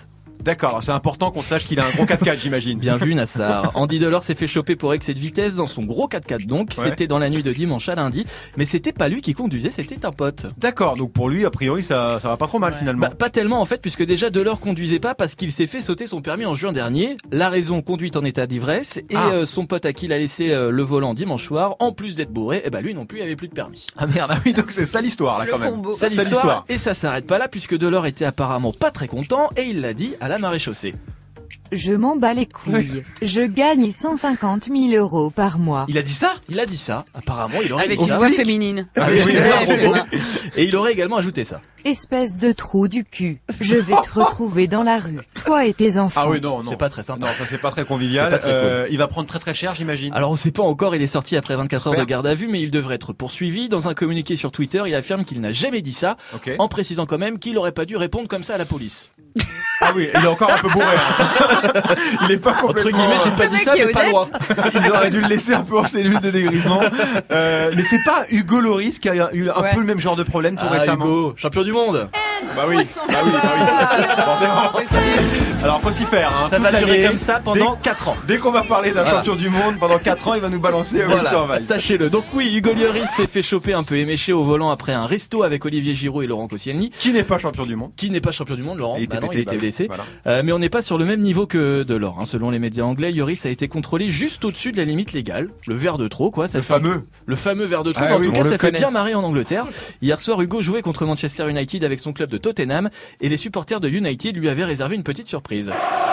[SPEAKER 1] D'accord, alors c'est important qu'on sache qu'il a un gros quatre-quatre, j'imagine.
[SPEAKER 4] Bien vu, Nassar. Andy Delors s'est fait choper pour excès de vitesse dans son gros quatre-quatre donc.
[SPEAKER 1] Ouais.
[SPEAKER 4] C'était dans la nuit de dimanche à lundi. Mais c'était pas lui qui conduisait, c'était un pote.
[SPEAKER 1] D'accord, donc pour lui, a priori, ça, ça va pas trop mal finalement.
[SPEAKER 4] Bah, pas tellement en fait, puisque déjà Delors conduisait pas parce qu'il s'est fait sauter son permis en juin dernier. La raison, conduite en état d'ivresse. Et
[SPEAKER 1] Ah.
[SPEAKER 4] euh, son pote à qui il a laissé euh, le volant dimanche soir, en plus d'être bourré, et bah lui non plus, il avait plus de permis.
[SPEAKER 1] Ah merde, ah oui, donc c'est ça l'histoire là
[SPEAKER 6] Le
[SPEAKER 1] quand même.
[SPEAKER 6] combo.
[SPEAKER 4] Ça
[SPEAKER 1] C'est
[SPEAKER 4] l'histoire.
[SPEAKER 1] l'histoire.
[SPEAKER 4] Et ça s'arrête pas là, puisque Delors était apparemment pas très content, et il l'a dit à la maréchaussée.
[SPEAKER 10] Je m'en bats les couilles. Je gagne cent cinquante mille euros par mois.
[SPEAKER 1] Il a dit ça?
[SPEAKER 4] Il a dit ça, apparemment il aurait
[SPEAKER 6] Avec
[SPEAKER 4] dit
[SPEAKER 6] une
[SPEAKER 4] ça.
[SPEAKER 6] voix féminine.
[SPEAKER 1] Ah oui, oui,
[SPEAKER 6] Ouais,
[SPEAKER 1] oui,
[SPEAKER 6] c'est
[SPEAKER 1] oui.
[SPEAKER 6] ça.
[SPEAKER 4] Et il aurait également ajouté ça.
[SPEAKER 10] Espèce de trou du cul. Je vais te retrouver dans la rue. Toi et tes enfants.
[SPEAKER 1] Ah oui, non, non.
[SPEAKER 4] C'est pas très sympa.
[SPEAKER 1] Non, ça c'est pas très convivial.
[SPEAKER 4] C'est pas très cool.
[SPEAKER 1] Euh, il va prendre très très cher, j'imagine.
[SPEAKER 4] Alors on sait pas encore, il est sorti après vingt-quatre heures de
[SPEAKER 1] J'espère.
[SPEAKER 4] garde à vue, mais il devrait être poursuivi. Dans un communiqué sur Twitter, il affirme qu'il n'a jamais dit ça,
[SPEAKER 1] Ok.
[SPEAKER 4] en précisant quand même qu'il aurait pas dû répondre comme ça à la police.
[SPEAKER 1] Ah oui, il est encore un peu bourré. Hein. Il est pas
[SPEAKER 4] Entre
[SPEAKER 1] complètement.
[SPEAKER 4] guillemets, j'ai pas
[SPEAKER 6] Le
[SPEAKER 4] dit
[SPEAKER 6] mec
[SPEAKER 4] ça,
[SPEAKER 6] est
[SPEAKER 4] mais pas
[SPEAKER 6] honnête.
[SPEAKER 4] loin.
[SPEAKER 1] Il aurait dû le laisser un peu en cellule de dégrisement. Euh, mais c'est pas Hugo Loris qui a eu un
[SPEAKER 6] Ouais.
[SPEAKER 1] peu le même genre de problème tout
[SPEAKER 4] Ah,
[SPEAKER 1] récemment.
[SPEAKER 4] Hugo, champion du monde.
[SPEAKER 1] Bah oui, bah oui, bah oui. Forcément. Alors faut s'y faire. Hein.
[SPEAKER 4] Ça
[SPEAKER 1] Toute
[SPEAKER 4] va durer
[SPEAKER 1] l'année,
[SPEAKER 4] comme ça pendant quatre ans.
[SPEAKER 1] Dès qu'on va parler d'un
[SPEAKER 4] Voilà.
[SPEAKER 1] champion du monde, pendant quatre ans, il va nous balancer à Will
[SPEAKER 4] Voilà,
[SPEAKER 1] Survive.
[SPEAKER 4] sachez-le. Donc oui, Hugo Lloris s'est fait choper un peu éméché au volant après un resto avec Olivier Giroud et Laurent Koscielny,
[SPEAKER 1] Qui n'est pas champion du monde.
[SPEAKER 4] qui n'est pas champion du monde, Laurent.
[SPEAKER 1] Il était
[SPEAKER 4] Bah non,
[SPEAKER 1] pété,
[SPEAKER 4] il était
[SPEAKER 1] bah oui.
[SPEAKER 4] blessé.
[SPEAKER 1] Voilà.
[SPEAKER 4] Euh, mais on n'est pas sur le même niveau que Delors. Hein. Selon les médias anglais, Lloris a été contrôlé juste au-dessus de la limite légale. Le verre de trop, quoi. Ça
[SPEAKER 1] Le
[SPEAKER 4] fait un-
[SPEAKER 1] fameux.
[SPEAKER 4] Le fameux verre de trop.
[SPEAKER 1] Ah
[SPEAKER 4] en
[SPEAKER 1] oui,
[SPEAKER 4] tout
[SPEAKER 1] on
[SPEAKER 4] cas,
[SPEAKER 1] le
[SPEAKER 4] ça fait
[SPEAKER 1] connaît.
[SPEAKER 4] bien marrer en Angleterre. Hier soir, Hugo jouait contre Manchester United avec son club de Tottenham et les supporters de United lui avaient réservé une petite surprise.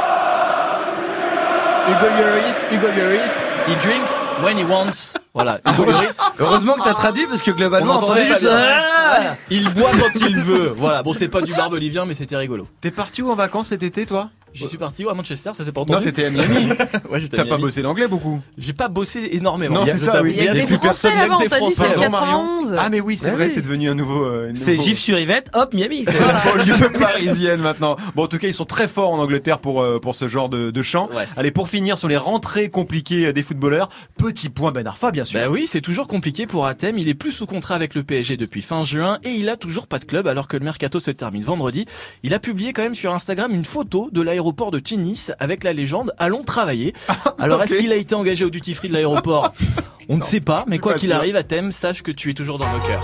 [SPEAKER 4] Hugo Lloris, Hugo Lloris, he drinks when he wants. Voilà, Hugo Lloris.
[SPEAKER 8] Heureusement que t'as traduit parce que globalement,
[SPEAKER 4] On
[SPEAKER 8] on entendait
[SPEAKER 4] entendait
[SPEAKER 8] juste.
[SPEAKER 4] pas bien.
[SPEAKER 8] Ah
[SPEAKER 4] Il boit quand il veut. Voilà, bon, c'est pas du barbelivien, mais c'était rigolo.
[SPEAKER 1] T'es parti où en vacances cet été, toi?
[SPEAKER 4] Je suis parti où, à Manchester, ça s'est pas
[SPEAKER 1] Non,
[SPEAKER 4] entendu.
[SPEAKER 1] t'étais à Miami.
[SPEAKER 4] Ouais, j'étais à
[SPEAKER 1] T'as pas
[SPEAKER 4] Miami.
[SPEAKER 1] bossé l'anglais beaucoup.
[SPEAKER 4] J'ai pas bossé énormément.
[SPEAKER 1] Non,
[SPEAKER 4] Il y a-
[SPEAKER 1] c'est
[SPEAKER 4] je
[SPEAKER 1] ça,
[SPEAKER 4] t'avoue,
[SPEAKER 1] oui.
[SPEAKER 6] Il y a
[SPEAKER 4] il y
[SPEAKER 6] des
[SPEAKER 4] a plus
[SPEAKER 6] Français
[SPEAKER 4] personne, même
[SPEAKER 6] là-bas,
[SPEAKER 4] des
[SPEAKER 6] on t'a dit
[SPEAKER 4] Français.
[SPEAKER 6] c'est le
[SPEAKER 1] Pardon, Marion.
[SPEAKER 6] quatre-vingt-onze.
[SPEAKER 1] Ah mais oui, c'est
[SPEAKER 8] Ah
[SPEAKER 1] vrai,
[SPEAKER 8] oui.
[SPEAKER 1] c'est devenu un nouveau. Euh, une
[SPEAKER 8] C'est
[SPEAKER 1] nouveau-
[SPEAKER 8] Gif sur Yvette, hop, Miami.
[SPEAKER 1] C'est la banlieue parisienne maintenant. Bon, en tout cas, ils sont très forts en Angleterre pour euh, pour ce genre de, de chant.
[SPEAKER 4] Ouais.
[SPEAKER 1] Allez, pour finir sur les rentrées compliquées des footballeurs, petit point Ben Arfa, bien sûr.
[SPEAKER 4] Bah oui, c'est toujours compliqué pour Atem. Il est plus sous contrat avec le P S G depuis fin juin et il a toujours pas de club alors que le mercato se termine vendredi. Il a publié quand même sur Instagram une photo de l'aéroport de Tunis avec la légende « Allons travailler ». Alors
[SPEAKER 1] Ok.
[SPEAKER 4] est-ce qu'il a été engagé au duty free de l'aéroport? On ne sait pas, mais
[SPEAKER 1] c'est
[SPEAKER 4] quoi
[SPEAKER 1] pas
[SPEAKER 4] qu'il
[SPEAKER 1] sûr.
[SPEAKER 4] arrive, Atem, sache que tu es toujours dans nos cœurs.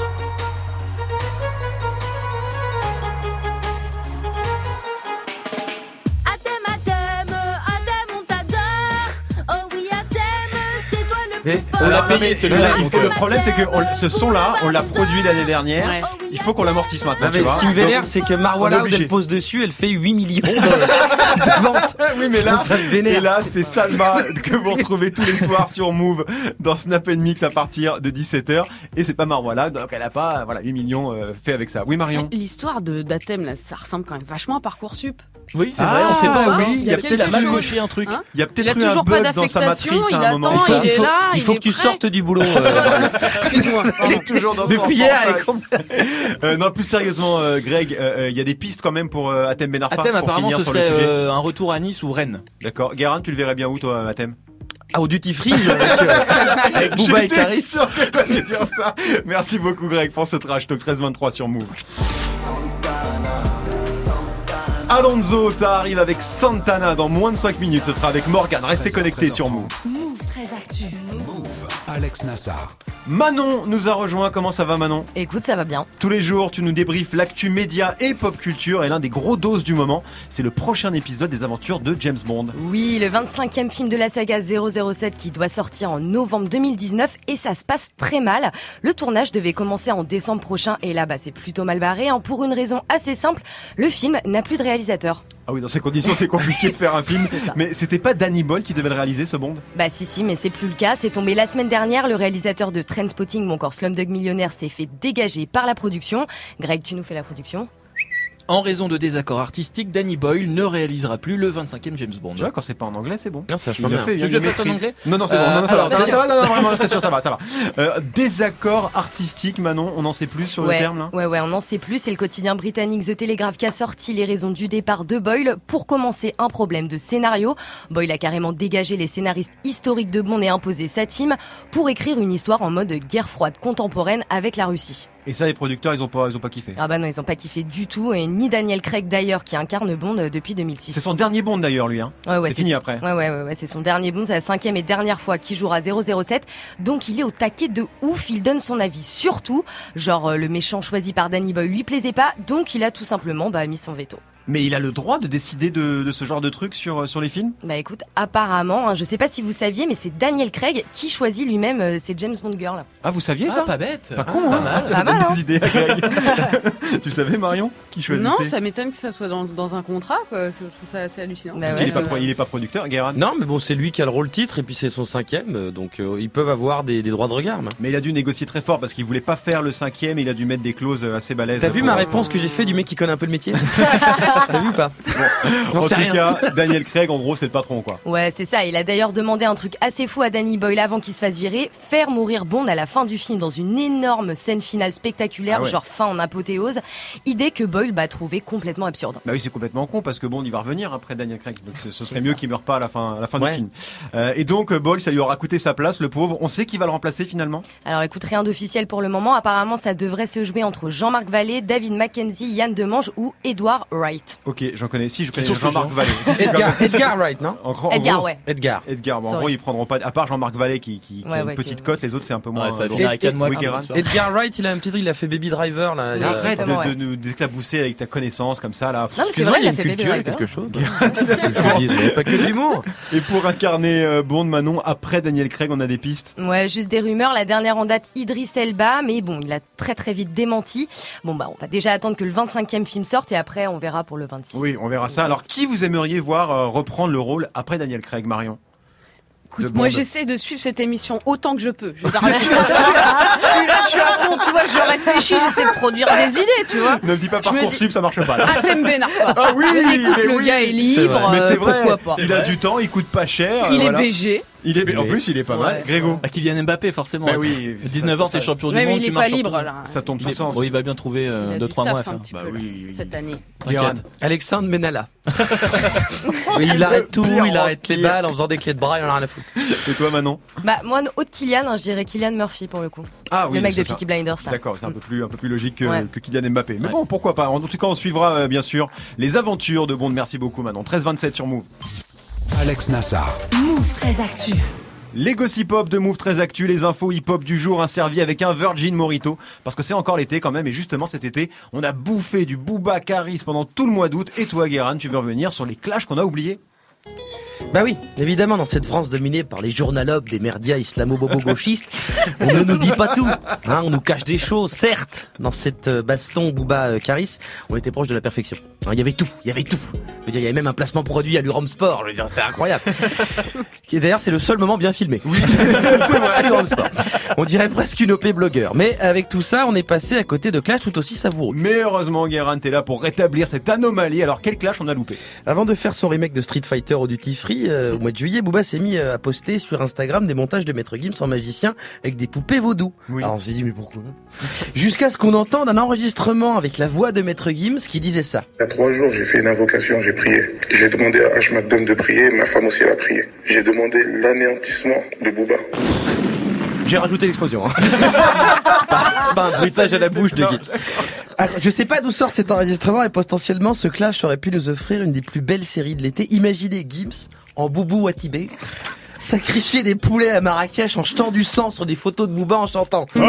[SPEAKER 11] Athème, Athème, Athème, on t'adore. Oh oui, Athème, c'est toi le plus
[SPEAKER 8] Et
[SPEAKER 11] fort.
[SPEAKER 4] on l'a
[SPEAKER 1] Alors,
[SPEAKER 4] payé,
[SPEAKER 1] non, mais
[SPEAKER 4] celui-là,
[SPEAKER 1] il
[SPEAKER 4] donc,
[SPEAKER 1] faut-
[SPEAKER 4] euh,
[SPEAKER 1] le problème, c'est que on- ce son-là, on l'a produit l'année dernière.
[SPEAKER 6] Ouais.
[SPEAKER 1] Il faut qu'on l'amortisse maintenant.
[SPEAKER 8] Non, mais
[SPEAKER 1] tu vois.
[SPEAKER 8] ce qui me vénère,
[SPEAKER 1] Donc-
[SPEAKER 8] c'est que Marwa
[SPEAKER 1] on est
[SPEAKER 8] Loud,
[SPEAKER 1] obligé.
[SPEAKER 8] elle pose dessus, elle fait huit millions de, de ventes.
[SPEAKER 1] Oui, mais là,
[SPEAKER 8] Ça me vénère.
[SPEAKER 1] et là, c'est Salma que vous retrouvez tous les soirs sur Move dans Snap and Mix à partir de dix-sept heures. Et c'est pas Marwala, donc elle a pas, voilà, huit millions euh, fait avec ça. Oui, Marion.
[SPEAKER 6] L'histoire de d'Athème là, ça ressemble quand même vachement à Parcoursup.
[SPEAKER 4] Oui, c'est
[SPEAKER 1] Ah,
[SPEAKER 4] vrai, on sait pas.
[SPEAKER 1] oui,
[SPEAKER 4] encore.
[SPEAKER 1] il y a
[SPEAKER 4] peut-être il a
[SPEAKER 6] quelque
[SPEAKER 4] mal
[SPEAKER 6] chose.
[SPEAKER 4] coché un truc.
[SPEAKER 6] Hein
[SPEAKER 1] Il y a
[SPEAKER 6] Il
[SPEAKER 1] peut-être
[SPEAKER 6] a
[SPEAKER 1] eu un
[SPEAKER 6] toujours pas
[SPEAKER 1] bug dans sa
[SPEAKER 6] d'affectation,
[SPEAKER 1] matrice
[SPEAKER 6] il
[SPEAKER 1] à un moment.
[SPEAKER 6] attend,
[SPEAKER 8] Il faut,
[SPEAKER 6] il
[SPEAKER 8] il
[SPEAKER 6] est
[SPEAKER 8] faut,
[SPEAKER 6] là,
[SPEAKER 8] il
[SPEAKER 6] il
[SPEAKER 8] faut
[SPEAKER 6] est
[SPEAKER 8] que tu
[SPEAKER 6] prêt.
[SPEAKER 8] sortes du boulot. euh.
[SPEAKER 6] Excuse-moi.
[SPEAKER 1] Il est toujours dans son
[SPEAKER 8] Depuis hier, elle est
[SPEAKER 1] enfant. euh, Non, plus sérieusement, euh, Greg, euh, euh, il y a des pistes quand même pour euh, Athème Ben Arfa.
[SPEAKER 4] Athème,
[SPEAKER 1] pour
[SPEAKER 4] apparemment,
[SPEAKER 1] finir
[SPEAKER 4] ce
[SPEAKER 1] sur le
[SPEAKER 4] serait
[SPEAKER 1] sujet.
[SPEAKER 4] euh, un retour à Nice ou Rennes.
[SPEAKER 1] D'accord. Guérin, tu le verrais bien où, toi, Athème?
[SPEAKER 8] Ah, au duty free, avec, euh, avec Booba et
[SPEAKER 1] J'étais
[SPEAKER 8] Caris.
[SPEAKER 1] sûr que t'allais dire ça. Merci beaucoup, Greg, pour ce trash talk treize vingt-trois sur Move. Alonso, ça arrive avec Santana dans moins de cinq minutes. Ce sera avec Morgan. Restez connectés sur Move.
[SPEAKER 2] Move très actu.
[SPEAKER 3] Alex Nassar.
[SPEAKER 1] Manon nous a rejoint. Comment ça va, Manon?
[SPEAKER 12] Écoute, ça va bien.
[SPEAKER 1] Tous les jours, tu nous débriefes l'actu média et pop culture. Et l'un des gros doses du moment, c'est le prochain épisode des aventures de James Bond.
[SPEAKER 12] Oui, le vingt-cinquième film de la saga zéro zéro sept qui doit sortir en novembre deux mille dix-neuf et ça se passe très mal. Le tournage devait commencer en décembre prochain et là, bah, c'est plutôt mal barré hein, pour une raison assez simple. Le film n'a plus de réalisateur.
[SPEAKER 1] Ah oui, dans ces conditions, c'est compliqué de faire un film.
[SPEAKER 12] C'est ça.
[SPEAKER 1] Mais c'était pas Danny Boyle qui devait le réaliser, ce Bond?
[SPEAKER 12] Bah si si, mais c'est plus le cas. C'est tombé la semaine dernière. Le réalisateur de Trainspotting ou encore Slumdog Millionnaire s'est fait dégager par la production. Greg, tu nous fais la production?
[SPEAKER 4] En raison de désaccords artistiques, Danny Boyle ne réalisera plus le vingt-cinquième James Bond.
[SPEAKER 1] Tu vois, quand c'est pas en anglais, c'est bon.
[SPEAKER 8] Non, ça, je
[SPEAKER 1] Il
[SPEAKER 8] peux
[SPEAKER 1] le
[SPEAKER 8] bien.
[SPEAKER 1] fait, il
[SPEAKER 4] Tu
[SPEAKER 1] y a
[SPEAKER 4] veux que
[SPEAKER 1] une
[SPEAKER 4] je le fasse en
[SPEAKER 1] maîtrise.
[SPEAKER 4] anglais
[SPEAKER 1] Non, non, c'est bon.
[SPEAKER 4] Euh,
[SPEAKER 1] Non, non, ça
[SPEAKER 4] alors,
[SPEAKER 1] va, ça va,
[SPEAKER 4] c'est-
[SPEAKER 1] ça va, non, non, vraiment, je t'assure, ça va, ça va. Euh, désaccord artistique, Manon, on en sait plus sur
[SPEAKER 12] ouais,
[SPEAKER 1] le terme, là?
[SPEAKER 12] ouais, ouais, on en sait plus. C'est le quotidien britannique The Telegraph qui a sorti les raisons du départ de Boyle. Pour commencer, un problème de scénario. Boyle a carrément dégagé les scénaristes historiques de Bond et imposé sa team pour écrire une histoire en mode guerre froide contemporaine avec la Russie.
[SPEAKER 1] Et ça, les producteurs, ils ont pas, ils ont pas kiffé.
[SPEAKER 12] Ah bah non, ils ont pas kiffé du tout, et ni Daniel Craig d'ailleurs, qui incarne Bond depuis deux mille six.
[SPEAKER 1] C'est son dernier Bond d'ailleurs, lui. Hein.
[SPEAKER 12] Ouais, ouais,
[SPEAKER 1] c'est, c'est fini
[SPEAKER 12] son...
[SPEAKER 1] après.
[SPEAKER 12] Ouais, ouais, ouais, ouais, c'est son dernier Bond, c'est la cinquième et dernière fois qu'il jouera zéro zéro sept. Donc il est au taquet de ouf, il donne son avis. Surtout, genre euh, le méchant choisi par Danny Boyle lui plaisait pas, donc il a tout simplement bah, mis son veto.
[SPEAKER 1] Mais il a le droit de décider de, de ce genre de trucs sur, sur les films ?
[SPEAKER 12] Bah écoute, apparemment, hein, je sais pas si vous saviez, mais c'est Daniel Craig qui choisit lui-même euh, ses James Bond girls.
[SPEAKER 1] Ah, vous saviez
[SPEAKER 4] Ah,
[SPEAKER 1] ça ?
[SPEAKER 4] pas bête.
[SPEAKER 1] Pas con,
[SPEAKER 4] Ah,
[SPEAKER 1] hein
[SPEAKER 4] pas mal.
[SPEAKER 1] Ça
[SPEAKER 12] Pas
[SPEAKER 1] donne
[SPEAKER 12] mal, hein.
[SPEAKER 1] des idées à Greg. Tu savais, Marion, qui choisissait ?
[SPEAKER 6] Non, ça m'étonne que ça soit dans, dans un contrat, quoi. Je trouve ça assez hallucinant.
[SPEAKER 12] Bah
[SPEAKER 1] Parce
[SPEAKER 12] ouais,
[SPEAKER 1] qu'il est
[SPEAKER 12] c'est
[SPEAKER 1] pas, pro- il est pas producteur, Guérin.
[SPEAKER 8] Non, mais bon, c'est lui qui a le rôle titre et puis c'est son cinquième, euh, donc euh, ils peuvent avoir des, des droits de regard. Mais,
[SPEAKER 1] Mais il a dû négocier très fort parce qu'il voulait pas faire le cinquième et il a dû mettre des clauses assez balèzes.
[SPEAKER 8] T'as vu
[SPEAKER 1] pour-
[SPEAKER 8] ma réponse que j'ai fait du mec qui connaît un peu le métier? T'as vu ou pas?
[SPEAKER 1] En
[SPEAKER 8] sais
[SPEAKER 1] tout
[SPEAKER 8] rien.
[SPEAKER 1] cas, Daniel Craig, en gros, c'est le patron, quoi.
[SPEAKER 12] Ouais, c'est ça. Il a d'ailleurs demandé un truc assez fou à Danny Boyle avant qu'il se fasse virer, faire mourir Bond à la fin du film dans une énorme scène finale spectaculaire,
[SPEAKER 1] Ah ouais.
[SPEAKER 12] genre fin en apothéose. Idée que Boyle bah trouvait complètement absurde.
[SPEAKER 1] Bah oui, c'est complètement con parce que bon, il va revenir après Daniel Craig, donc ce, ce serait
[SPEAKER 12] C'est
[SPEAKER 1] mieux
[SPEAKER 12] ça.
[SPEAKER 1] qu'il meure pas à la fin, à la fin
[SPEAKER 8] Ouais.
[SPEAKER 1] du film. Euh, et donc, euh, Boyle, ça lui aura coûté sa place, le pauvre. On sait qui va le remplacer finalement.
[SPEAKER 12] Alors écoute, rien d'officiel pour le moment. Apparemment, ça devrait se jouer entre Jean-Marc Vallée, David Mackenzie, Yann Demange ou Edward Wright.
[SPEAKER 1] Ok, j'en connais. Si, je connais
[SPEAKER 8] sont ces
[SPEAKER 1] Jean-Marc
[SPEAKER 8] gens
[SPEAKER 1] Vallée. Si, si,
[SPEAKER 8] Edgar,
[SPEAKER 1] quand même.
[SPEAKER 8] Edgar Wright, non?
[SPEAKER 1] En, gros- en
[SPEAKER 12] Edgar,
[SPEAKER 1] gros,
[SPEAKER 12] ouais.
[SPEAKER 8] Edgar.
[SPEAKER 1] Edgar. Bon, en
[SPEAKER 12] Sorry.
[SPEAKER 1] gros, ils prendront pas. À part Jean-Marc Vallée qui, qui, qui
[SPEAKER 12] Ouais,
[SPEAKER 1] a une
[SPEAKER 12] ouais,
[SPEAKER 1] petite
[SPEAKER 12] qui-
[SPEAKER 1] cote, les autres c'est un peu moins.
[SPEAKER 4] Ouais, ça va
[SPEAKER 1] drôle.
[SPEAKER 4] finir avec Anne Moix.
[SPEAKER 1] Oui,
[SPEAKER 4] hein,
[SPEAKER 1] Guérin.
[SPEAKER 4] cette histoire.
[SPEAKER 8] Edgar Wright, il a un petit truc, il a fait Baby Driver, là. il
[SPEAKER 1] Mais
[SPEAKER 8] a-
[SPEAKER 1] arrête de,
[SPEAKER 12] Exactement,
[SPEAKER 1] de
[SPEAKER 12] ouais.
[SPEAKER 1] nous d'éclabouser avec ta connaissance comme ça là.
[SPEAKER 12] Non, mais c'est vrai, il a fait Baby
[SPEAKER 8] culture, il y a
[SPEAKER 12] Driver.
[SPEAKER 8] quelque chose. Je dis, mais pas que de l'humour.
[SPEAKER 1] Et pour incarner euh, Bond, Manon, après Daniel Craig, on a des pistes.
[SPEAKER 12] Ouais, juste des rumeurs. La dernière en date, Idris Elba, mais bon, il a très très vite démenti. Bon bah, on va déjà attendre que le vingt-cinquième film sorte et après on verra pour le vingt-six.
[SPEAKER 1] Oui, on verra ça. Alors, qui vous aimeriez voir euh, reprendre le rôle après Daniel Craig, Marion? De
[SPEAKER 6] Écoute, moi
[SPEAKER 1] Bond.
[SPEAKER 6] j'essaie de suivre cette émission autant que je peux. Je veux dire, là, je suis, là, je suis là, je suis là, je suis à fond, tu vois, je réfléchis, j'essaie de produire des idées, tu vois.
[SPEAKER 1] Ne me dis pas
[SPEAKER 6] Je me
[SPEAKER 1] Parcoursup,
[SPEAKER 6] dis-
[SPEAKER 1] ça marche pas là.
[SPEAKER 6] Ah, t'aimes Ben Arfa.
[SPEAKER 1] Ah oui,
[SPEAKER 6] Écoute,
[SPEAKER 1] mais
[SPEAKER 6] le
[SPEAKER 1] oui.
[SPEAKER 6] gars est
[SPEAKER 8] C'est
[SPEAKER 6] libre,
[SPEAKER 8] vrai.
[SPEAKER 1] Mais
[SPEAKER 6] euh,
[SPEAKER 1] c'est vrai,
[SPEAKER 6] pourquoi pas.
[SPEAKER 1] il a du temps, il coûte pas cher.
[SPEAKER 6] Il
[SPEAKER 1] euh,
[SPEAKER 6] est
[SPEAKER 1] voilà.
[SPEAKER 6] B G.
[SPEAKER 1] Il est, en
[SPEAKER 8] Mais-
[SPEAKER 1] plus, il est pas mal.
[SPEAKER 12] Ouais.
[SPEAKER 1] Grégo,
[SPEAKER 4] Bah, Kylian Mbappé, forcément.
[SPEAKER 1] bah oui,
[SPEAKER 4] dix-neuf ans,
[SPEAKER 1] ça-
[SPEAKER 4] t'es champion du
[SPEAKER 6] Ouais, mais
[SPEAKER 4] monde,
[SPEAKER 6] il
[SPEAKER 4] tu
[SPEAKER 6] est
[SPEAKER 4] marches
[SPEAKER 6] pas
[SPEAKER 4] sur
[SPEAKER 6] libre
[SPEAKER 4] tout.
[SPEAKER 6] là.
[SPEAKER 1] ça tombe
[SPEAKER 4] Il,
[SPEAKER 1] sous
[SPEAKER 4] est-
[SPEAKER 1] sens.
[SPEAKER 4] bon, il va bien trouver
[SPEAKER 6] Il a
[SPEAKER 4] deux
[SPEAKER 6] du
[SPEAKER 4] trois mois à
[SPEAKER 6] taf
[SPEAKER 4] faire.
[SPEAKER 6] un petit
[SPEAKER 1] Bah
[SPEAKER 6] peu là,
[SPEAKER 1] oui.
[SPEAKER 6] cette année.
[SPEAKER 1] Guérin.
[SPEAKER 4] T'inquiète.
[SPEAKER 8] Alexandre Benalla. Oui, il arrête tout,
[SPEAKER 1] Pire
[SPEAKER 8] il arrête les
[SPEAKER 1] pire.
[SPEAKER 8] balles en faisant des clés de bras, il en a rien à foutre.
[SPEAKER 1] Et toi, Manon?
[SPEAKER 12] Bah moi, haute Kylian, hein, je dirais Kylian Murphy pour le coup.
[SPEAKER 1] Ah oui,
[SPEAKER 12] le mec
[SPEAKER 1] c'est
[SPEAKER 12] de
[SPEAKER 1] ça.
[SPEAKER 12] Peaky Blinders là.
[SPEAKER 1] D'accord, c'est un peu plus, un peu plus logique que,
[SPEAKER 12] Ouais.
[SPEAKER 1] que Kylian Mbappé. Mais
[SPEAKER 4] Ouais.
[SPEAKER 1] bon, pourquoi pas. En tout cas, on suivra euh, bien sûr les aventures de Bond. Merci beaucoup, Manon. treize vingt-sept sur Move.
[SPEAKER 3] Alex Nassar.
[SPEAKER 2] Move très actu.
[SPEAKER 1] Les gossip hop de Move très actu, les infos hip hop du jour, un servi avec un Virgin Morito. Parce que c'est encore l'été quand même. Et justement, cet été, on a bouffé du Booba Caris pendant tout le mois d'août. Et toi, Guérin, tu veux revenir sur les clashs qu'on a oubliés?
[SPEAKER 5] Bah oui, évidemment, dans cette France dominée par les journalopes des merdias islamo-bobo-gauchistes, on ne nous dit pas tout. Hein, on nous cache des choses, certes. Dans cette euh, baston Booba euh, Caris, on était proche de la perfection. Hein, il y avait tout, il y avait tout. Je veux dire, il y avait même un placement produit à l'Urom Sport. Je veux dire, c'était incroyable. Et d'ailleurs, c'est le seul moment bien filmé. Oui, c'est vrai. l'Urom Sport. On dirait presque une O P blogueur. Mais avec tout ça, on est passé à côté de clash tout aussi savoureux.
[SPEAKER 1] Mais heureusement, Guérin, t'es là pour rétablir cette anomalie. Alors, quel clash on a loupé?
[SPEAKER 5] Avant de faire son remake de Street Fighter au Duty Free, euh, au mois de juillet, Booba s'est mis euh, à poster sur Instagram des montages de Maître Gims en magicien avec des poupées vaudou.
[SPEAKER 1] Oui.
[SPEAKER 5] Alors on s'est dit mais pourquoi? Jusqu'à ce qu'on entende un enregistrement avec la voix de Maître Gims qui disait ça.
[SPEAKER 13] Il y a trois jours, j'ai fait une invocation, j'ai prié. J'ai demandé à H. McDonald de prier, ma femme aussi elle a prié. J'ai demandé l'anéantissement de Booba.
[SPEAKER 5] J'ai rajouté l'explosion. Hein. C'est pas un bruitage à la bouche de Gims. Ah, je sais pas d'où sort cet enregistrement et potentiellement ce clash aurait pu nous offrir une des plus belles séries de l'été. Imaginez Gims en Boubou Watibé sacrifier des poulets à Marrakech en jetant du sang sur des photos de Booba en chantant. C'est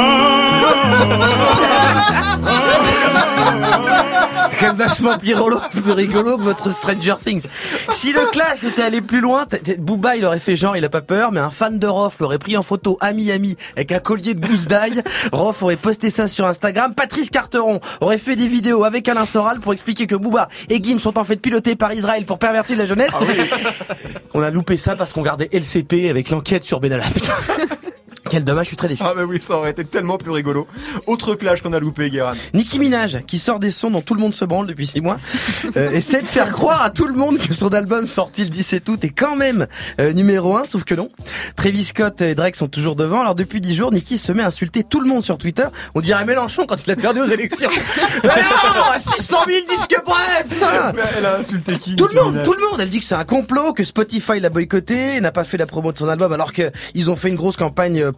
[SPEAKER 5] quand même vachement plus rigolo, plus rigolo que votre Stranger Things. Si le clash était allé plus loin, t- t- Booba il aurait fait genre il a pas peur, mais un fan de Rof l'aurait pris en photo ami-ami avec un collier de gousse d'ail. Rof aurait posté ça sur Instagram. Patrice Carteron aurait fait des vidéos avec Alain Soral pour expliquer que Booba et Gims sont en fait pilotés par Israël pour pervertir la jeunesse. On a loupé ça parce qu'on gardait L C P avec l'enquête sur Benalla. Putain. Quel dommage, je suis très déçu.
[SPEAKER 1] Ah bah oui, ça aurait été tellement plus rigolo. Autre clash qu'on a loupé, Guérin.
[SPEAKER 5] Nicki Minaj, qui sort des sons dont tout le monde se branle depuis six mois, euh, essaie de faire croire à tout le monde que son album sorti le dix-sept août est quand même euh, numéro un, sauf que non. Travis Scott et Drake sont toujours devant. Alors depuis dix jours, Nicki se met à insulter tout le monde sur Twitter. On dirait Mélenchon quand il a perdu aux élections. Alors, six cent mille disques prêts, putain.
[SPEAKER 1] Mais elle a insulté qui?
[SPEAKER 5] Tout le
[SPEAKER 1] Nicki
[SPEAKER 5] monde,
[SPEAKER 1] Minaj
[SPEAKER 5] tout le monde. Elle dit que c'est un complot, que Spotify l'a boycotté, n'a pas fait la promo de son album alors que ils ont fait une grosse campagne pour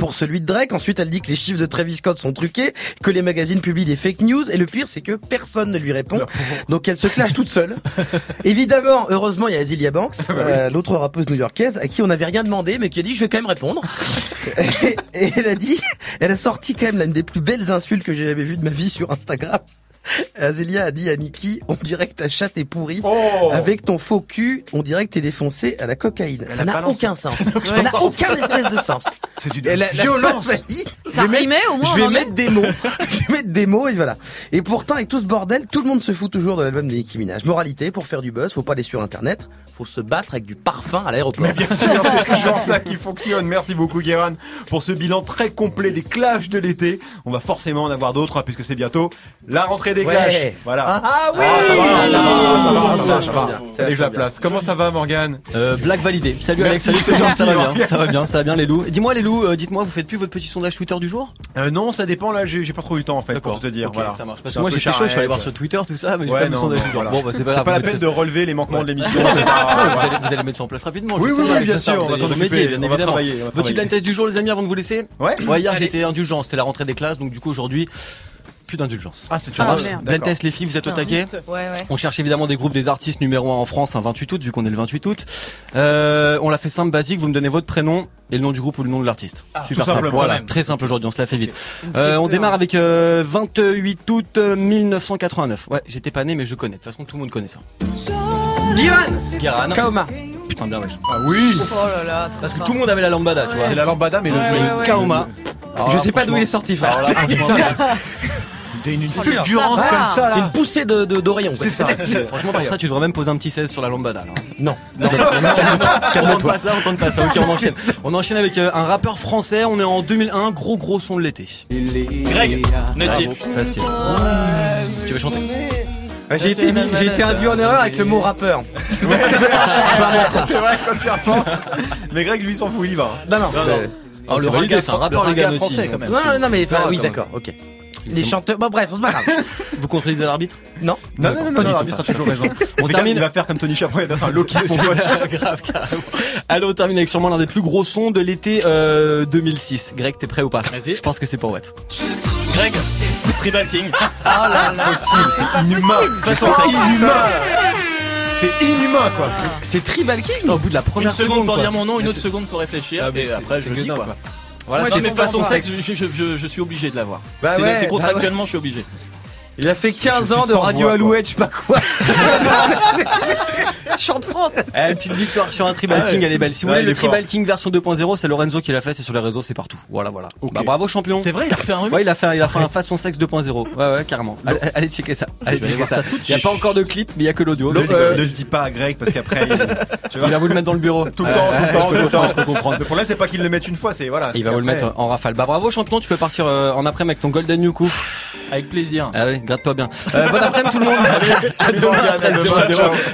[SPEAKER 5] pour celui de Drake. Ensuite, elle dit que les chiffres de Travis Scott sont truqués, que les magazines publient des fake news. Et le pire, c'est que personne ne lui répond. Non. Donc elle se clash toute seule. Évidemment, heureusement, il y a Azealia Banks, euh, l'autre rappeuse new-yorkaise, à qui on n'avait rien demandé, mais qui a dit je vais quand même répondre. et, et elle a dit, elle a sorti quand même l'une des plus belles insultes que j'ai jamais vues de ma vie sur Instagram. Azealia a dit à Nicki, on dirait que ta chatte est pourrie. Oh. Avec ton faux cul, on dirait que t'es défoncé à la cocaïne. Elle ça n'a aucun sens. Ça n'a aucun espèce de sens.
[SPEAKER 1] C'est une elle, violence.
[SPEAKER 6] Ça je rimait
[SPEAKER 5] mettre,
[SPEAKER 6] au moins.
[SPEAKER 5] Je vais mettre des mots. Je vais mettre des mots et voilà. Et pourtant, avec tout ce bordel, tout le monde se fout toujours de l'album de Nicki Minaj. Moralité, pour faire du buzz, faut pas aller sur internet. Faut se battre avec du parfum à l'aéroport.
[SPEAKER 1] Mais bien sûr, c'est toujours ça qui fonctionne. Merci beaucoup, Guérin, pour ce bilan très complet des clashs de l'été. On va forcément en avoir d'autres, hein, puisque c'est bientôt la rentrée des
[SPEAKER 5] ouais.
[SPEAKER 1] clashs. Voilà.
[SPEAKER 5] Ah, ah oui
[SPEAKER 1] ah, ça va, ça va, ça va, ça va, ça va.
[SPEAKER 5] Ça
[SPEAKER 1] Allez, je la place. Comment ça va, Morgane?
[SPEAKER 14] euh, Blague validée. Salut Alex, salut tout le monde, ça va bien, ça va bien, ça va bien les loups. Dis-moi les loups, euh, dites-moi, vous faites plus votre petit sondage Twitter du jour?
[SPEAKER 1] euh, Non, ça dépend, là, j'ai, j'ai pas trop eu le temps en fait, pour te dire.
[SPEAKER 14] Okay,
[SPEAKER 1] voilà.
[SPEAKER 14] Ça marche. Parce que moi j'étais chaud, je suis allé voir sur Twitter tout ça, mais j'ai
[SPEAKER 1] ouais,
[SPEAKER 14] pas vu le
[SPEAKER 1] non,
[SPEAKER 14] sondage
[SPEAKER 1] non,
[SPEAKER 14] du jour.
[SPEAKER 1] Voilà.
[SPEAKER 14] Bon, bah, c'est pas,
[SPEAKER 1] c'est
[SPEAKER 14] grave,
[SPEAKER 1] pas la peine de relever les manquements ouais. de l'émission.
[SPEAKER 14] Pas... vous, allez, vous allez mettre ça en place rapidement.
[SPEAKER 1] Oui, oui, oui, bien sûr, on va s'en occuper,
[SPEAKER 14] bien
[SPEAKER 1] évidemment.
[SPEAKER 14] Petit blind test du jour, les amis, avant de vous laisser.
[SPEAKER 1] Ouais.
[SPEAKER 14] Ouais, hier j'ai été indulgent, c'était la rentrée des classes, donc du coup aujourd'hui. Plus d'indulgence.
[SPEAKER 1] Ah, c'est toujours ah,
[SPEAKER 14] blind test, les filles, vous êtes au taquet.
[SPEAKER 6] Ouais, ouais.
[SPEAKER 14] On cherche évidemment des groupes des artistes numéro un en France un vingt-huit août, vu qu'on est le vingt-huit août. Euh, on l'a fait simple, basique, vous me donnez votre prénom et le nom du groupe ou le nom de l'artiste.
[SPEAKER 1] Ah,
[SPEAKER 14] super simple. Voilà, très simple aujourd'hui, on se la fait vite. Euh, on démarre avec euh, vingt-huit août mille neuf cent quatre-vingt-neuf. Ouais, j'étais pas né mais je connais. De toute façon, tout le monde connaît ça.
[SPEAKER 5] Guiran
[SPEAKER 14] Guiran.
[SPEAKER 5] Kaoma.
[SPEAKER 14] Putain bien wesh.
[SPEAKER 1] Ah oui.
[SPEAKER 6] Oh là là.
[SPEAKER 14] Parce que tout le monde avait la lambada, tu vois.
[SPEAKER 1] C'est la lambada mais le jeu
[SPEAKER 14] Kaoma.
[SPEAKER 5] Je sais pas d'où il est sorti, frère.
[SPEAKER 14] Alors là, franchement,
[SPEAKER 1] une fulgurance comme ça,
[SPEAKER 5] c'est une poussée de, de d'Orion.
[SPEAKER 1] C'est ça.
[SPEAKER 14] Franchement, pour ça, tu devrais même poser un petit seize sur la lambada. Alors.
[SPEAKER 5] Non.
[SPEAKER 14] non. On tente pas ça, on tente pas ça. Ok, on enchaîne. On enchaîne avec euh, un rappeur français. On est en deux mille un, gros gros son de l'été.
[SPEAKER 4] Greg, Nutty.
[SPEAKER 14] Facile. Tu veux chanter?
[SPEAKER 5] J'ai été, mis, j'ai été induit en erreur avec le mot rappeur.
[SPEAKER 1] C'est vrai quand tu y repenses. Mais Greg lui s'en fout, il y va.
[SPEAKER 5] Non non.
[SPEAKER 14] non, non.
[SPEAKER 5] Alors,
[SPEAKER 14] le raga, c'est un rappeur, les gars, français quand même. Non
[SPEAKER 5] non non mais enfin oui d'accord, ok. Les chanteurs, bon bref, c'est pas grave.
[SPEAKER 14] Vous contredisez l'arbitre?
[SPEAKER 5] Non.
[SPEAKER 1] Non, non, non, non, l'arbitre a toujours raison. On termine. Il va faire comme Tony Chaperon, il va faire un Loki.
[SPEAKER 14] Grave, carrément. Allez, on termine avec sûrement l'un des plus gros sons de l'été euh, deux mille six. Greg, t'es prêt ou pas?
[SPEAKER 4] Vas-y.
[SPEAKER 14] Je pense que c'est pour Watt.
[SPEAKER 4] Greg, Tribal King.
[SPEAKER 6] Oh là là,
[SPEAKER 1] c'est inhumain.
[SPEAKER 14] C'est inhumain.
[SPEAKER 1] C'est inhumain quoi.
[SPEAKER 5] C'est Tribal King.
[SPEAKER 14] Putain, au bout de la première
[SPEAKER 4] une seconde,
[SPEAKER 14] seconde
[SPEAKER 4] pour
[SPEAKER 14] quoi.
[SPEAKER 4] dire mon nom, une autre seconde pour réfléchir
[SPEAKER 14] ah,
[SPEAKER 4] et après je dis quoi.
[SPEAKER 14] Voilà,
[SPEAKER 4] moi,
[SPEAKER 14] c'est
[SPEAKER 4] de façon
[SPEAKER 14] sexe.
[SPEAKER 4] sexe, je, je, je, je suis obligé de l'avoir.
[SPEAKER 5] Bah
[SPEAKER 4] c'est,
[SPEAKER 5] ouais,
[SPEAKER 4] c'est contractuellement,
[SPEAKER 5] bah ouais.
[SPEAKER 4] je suis obligé.
[SPEAKER 5] Il a fait quinze ans de Radio Alouette, je sais pas quoi.
[SPEAKER 6] Chante France.
[SPEAKER 14] Eh, une petite victoire sur un Tribal King, elle est belle. Si vous
[SPEAKER 1] ouais,
[SPEAKER 14] voulez le Tribal King version deux point zéro, c'est Lorenzo qui l'a fait, c'est sur les réseaux, c'est partout. Voilà, voilà. Okay. Bah, bravo champion.
[SPEAKER 4] C'est vrai, il a refait un remix.
[SPEAKER 14] Ouais, il a fait, il a fait un façon sexe deux point zéro. Ouais, ouais, carrément. Allez, allez checker ça. Allez checker ça. Il y a pas encore de clip, mais il y a que l'audio.
[SPEAKER 1] Ne euh, le dis pas à Greg parce qu'après, il,
[SPEAKER 14] tu vois, il va vous le mettre dans le bureau.
[SPEAKER 1] Tout le temps, tout le temps, tout le temps. Je peux comprendre. Le problème, c'est pas qu'il le mette une fois, c'est voilà.
[SPEAKER 14] Il va vous le mettre en rafale. Bah bravo champion, tu peux partir en après avec ton Golden New Coup.
[SPEAKER 4] Avec plaisir.
[SPEAKER 14] Allez, gratte-toi bien. Euh, bon après-midi tout le monde. Allez, à demain, treize zéro zéro.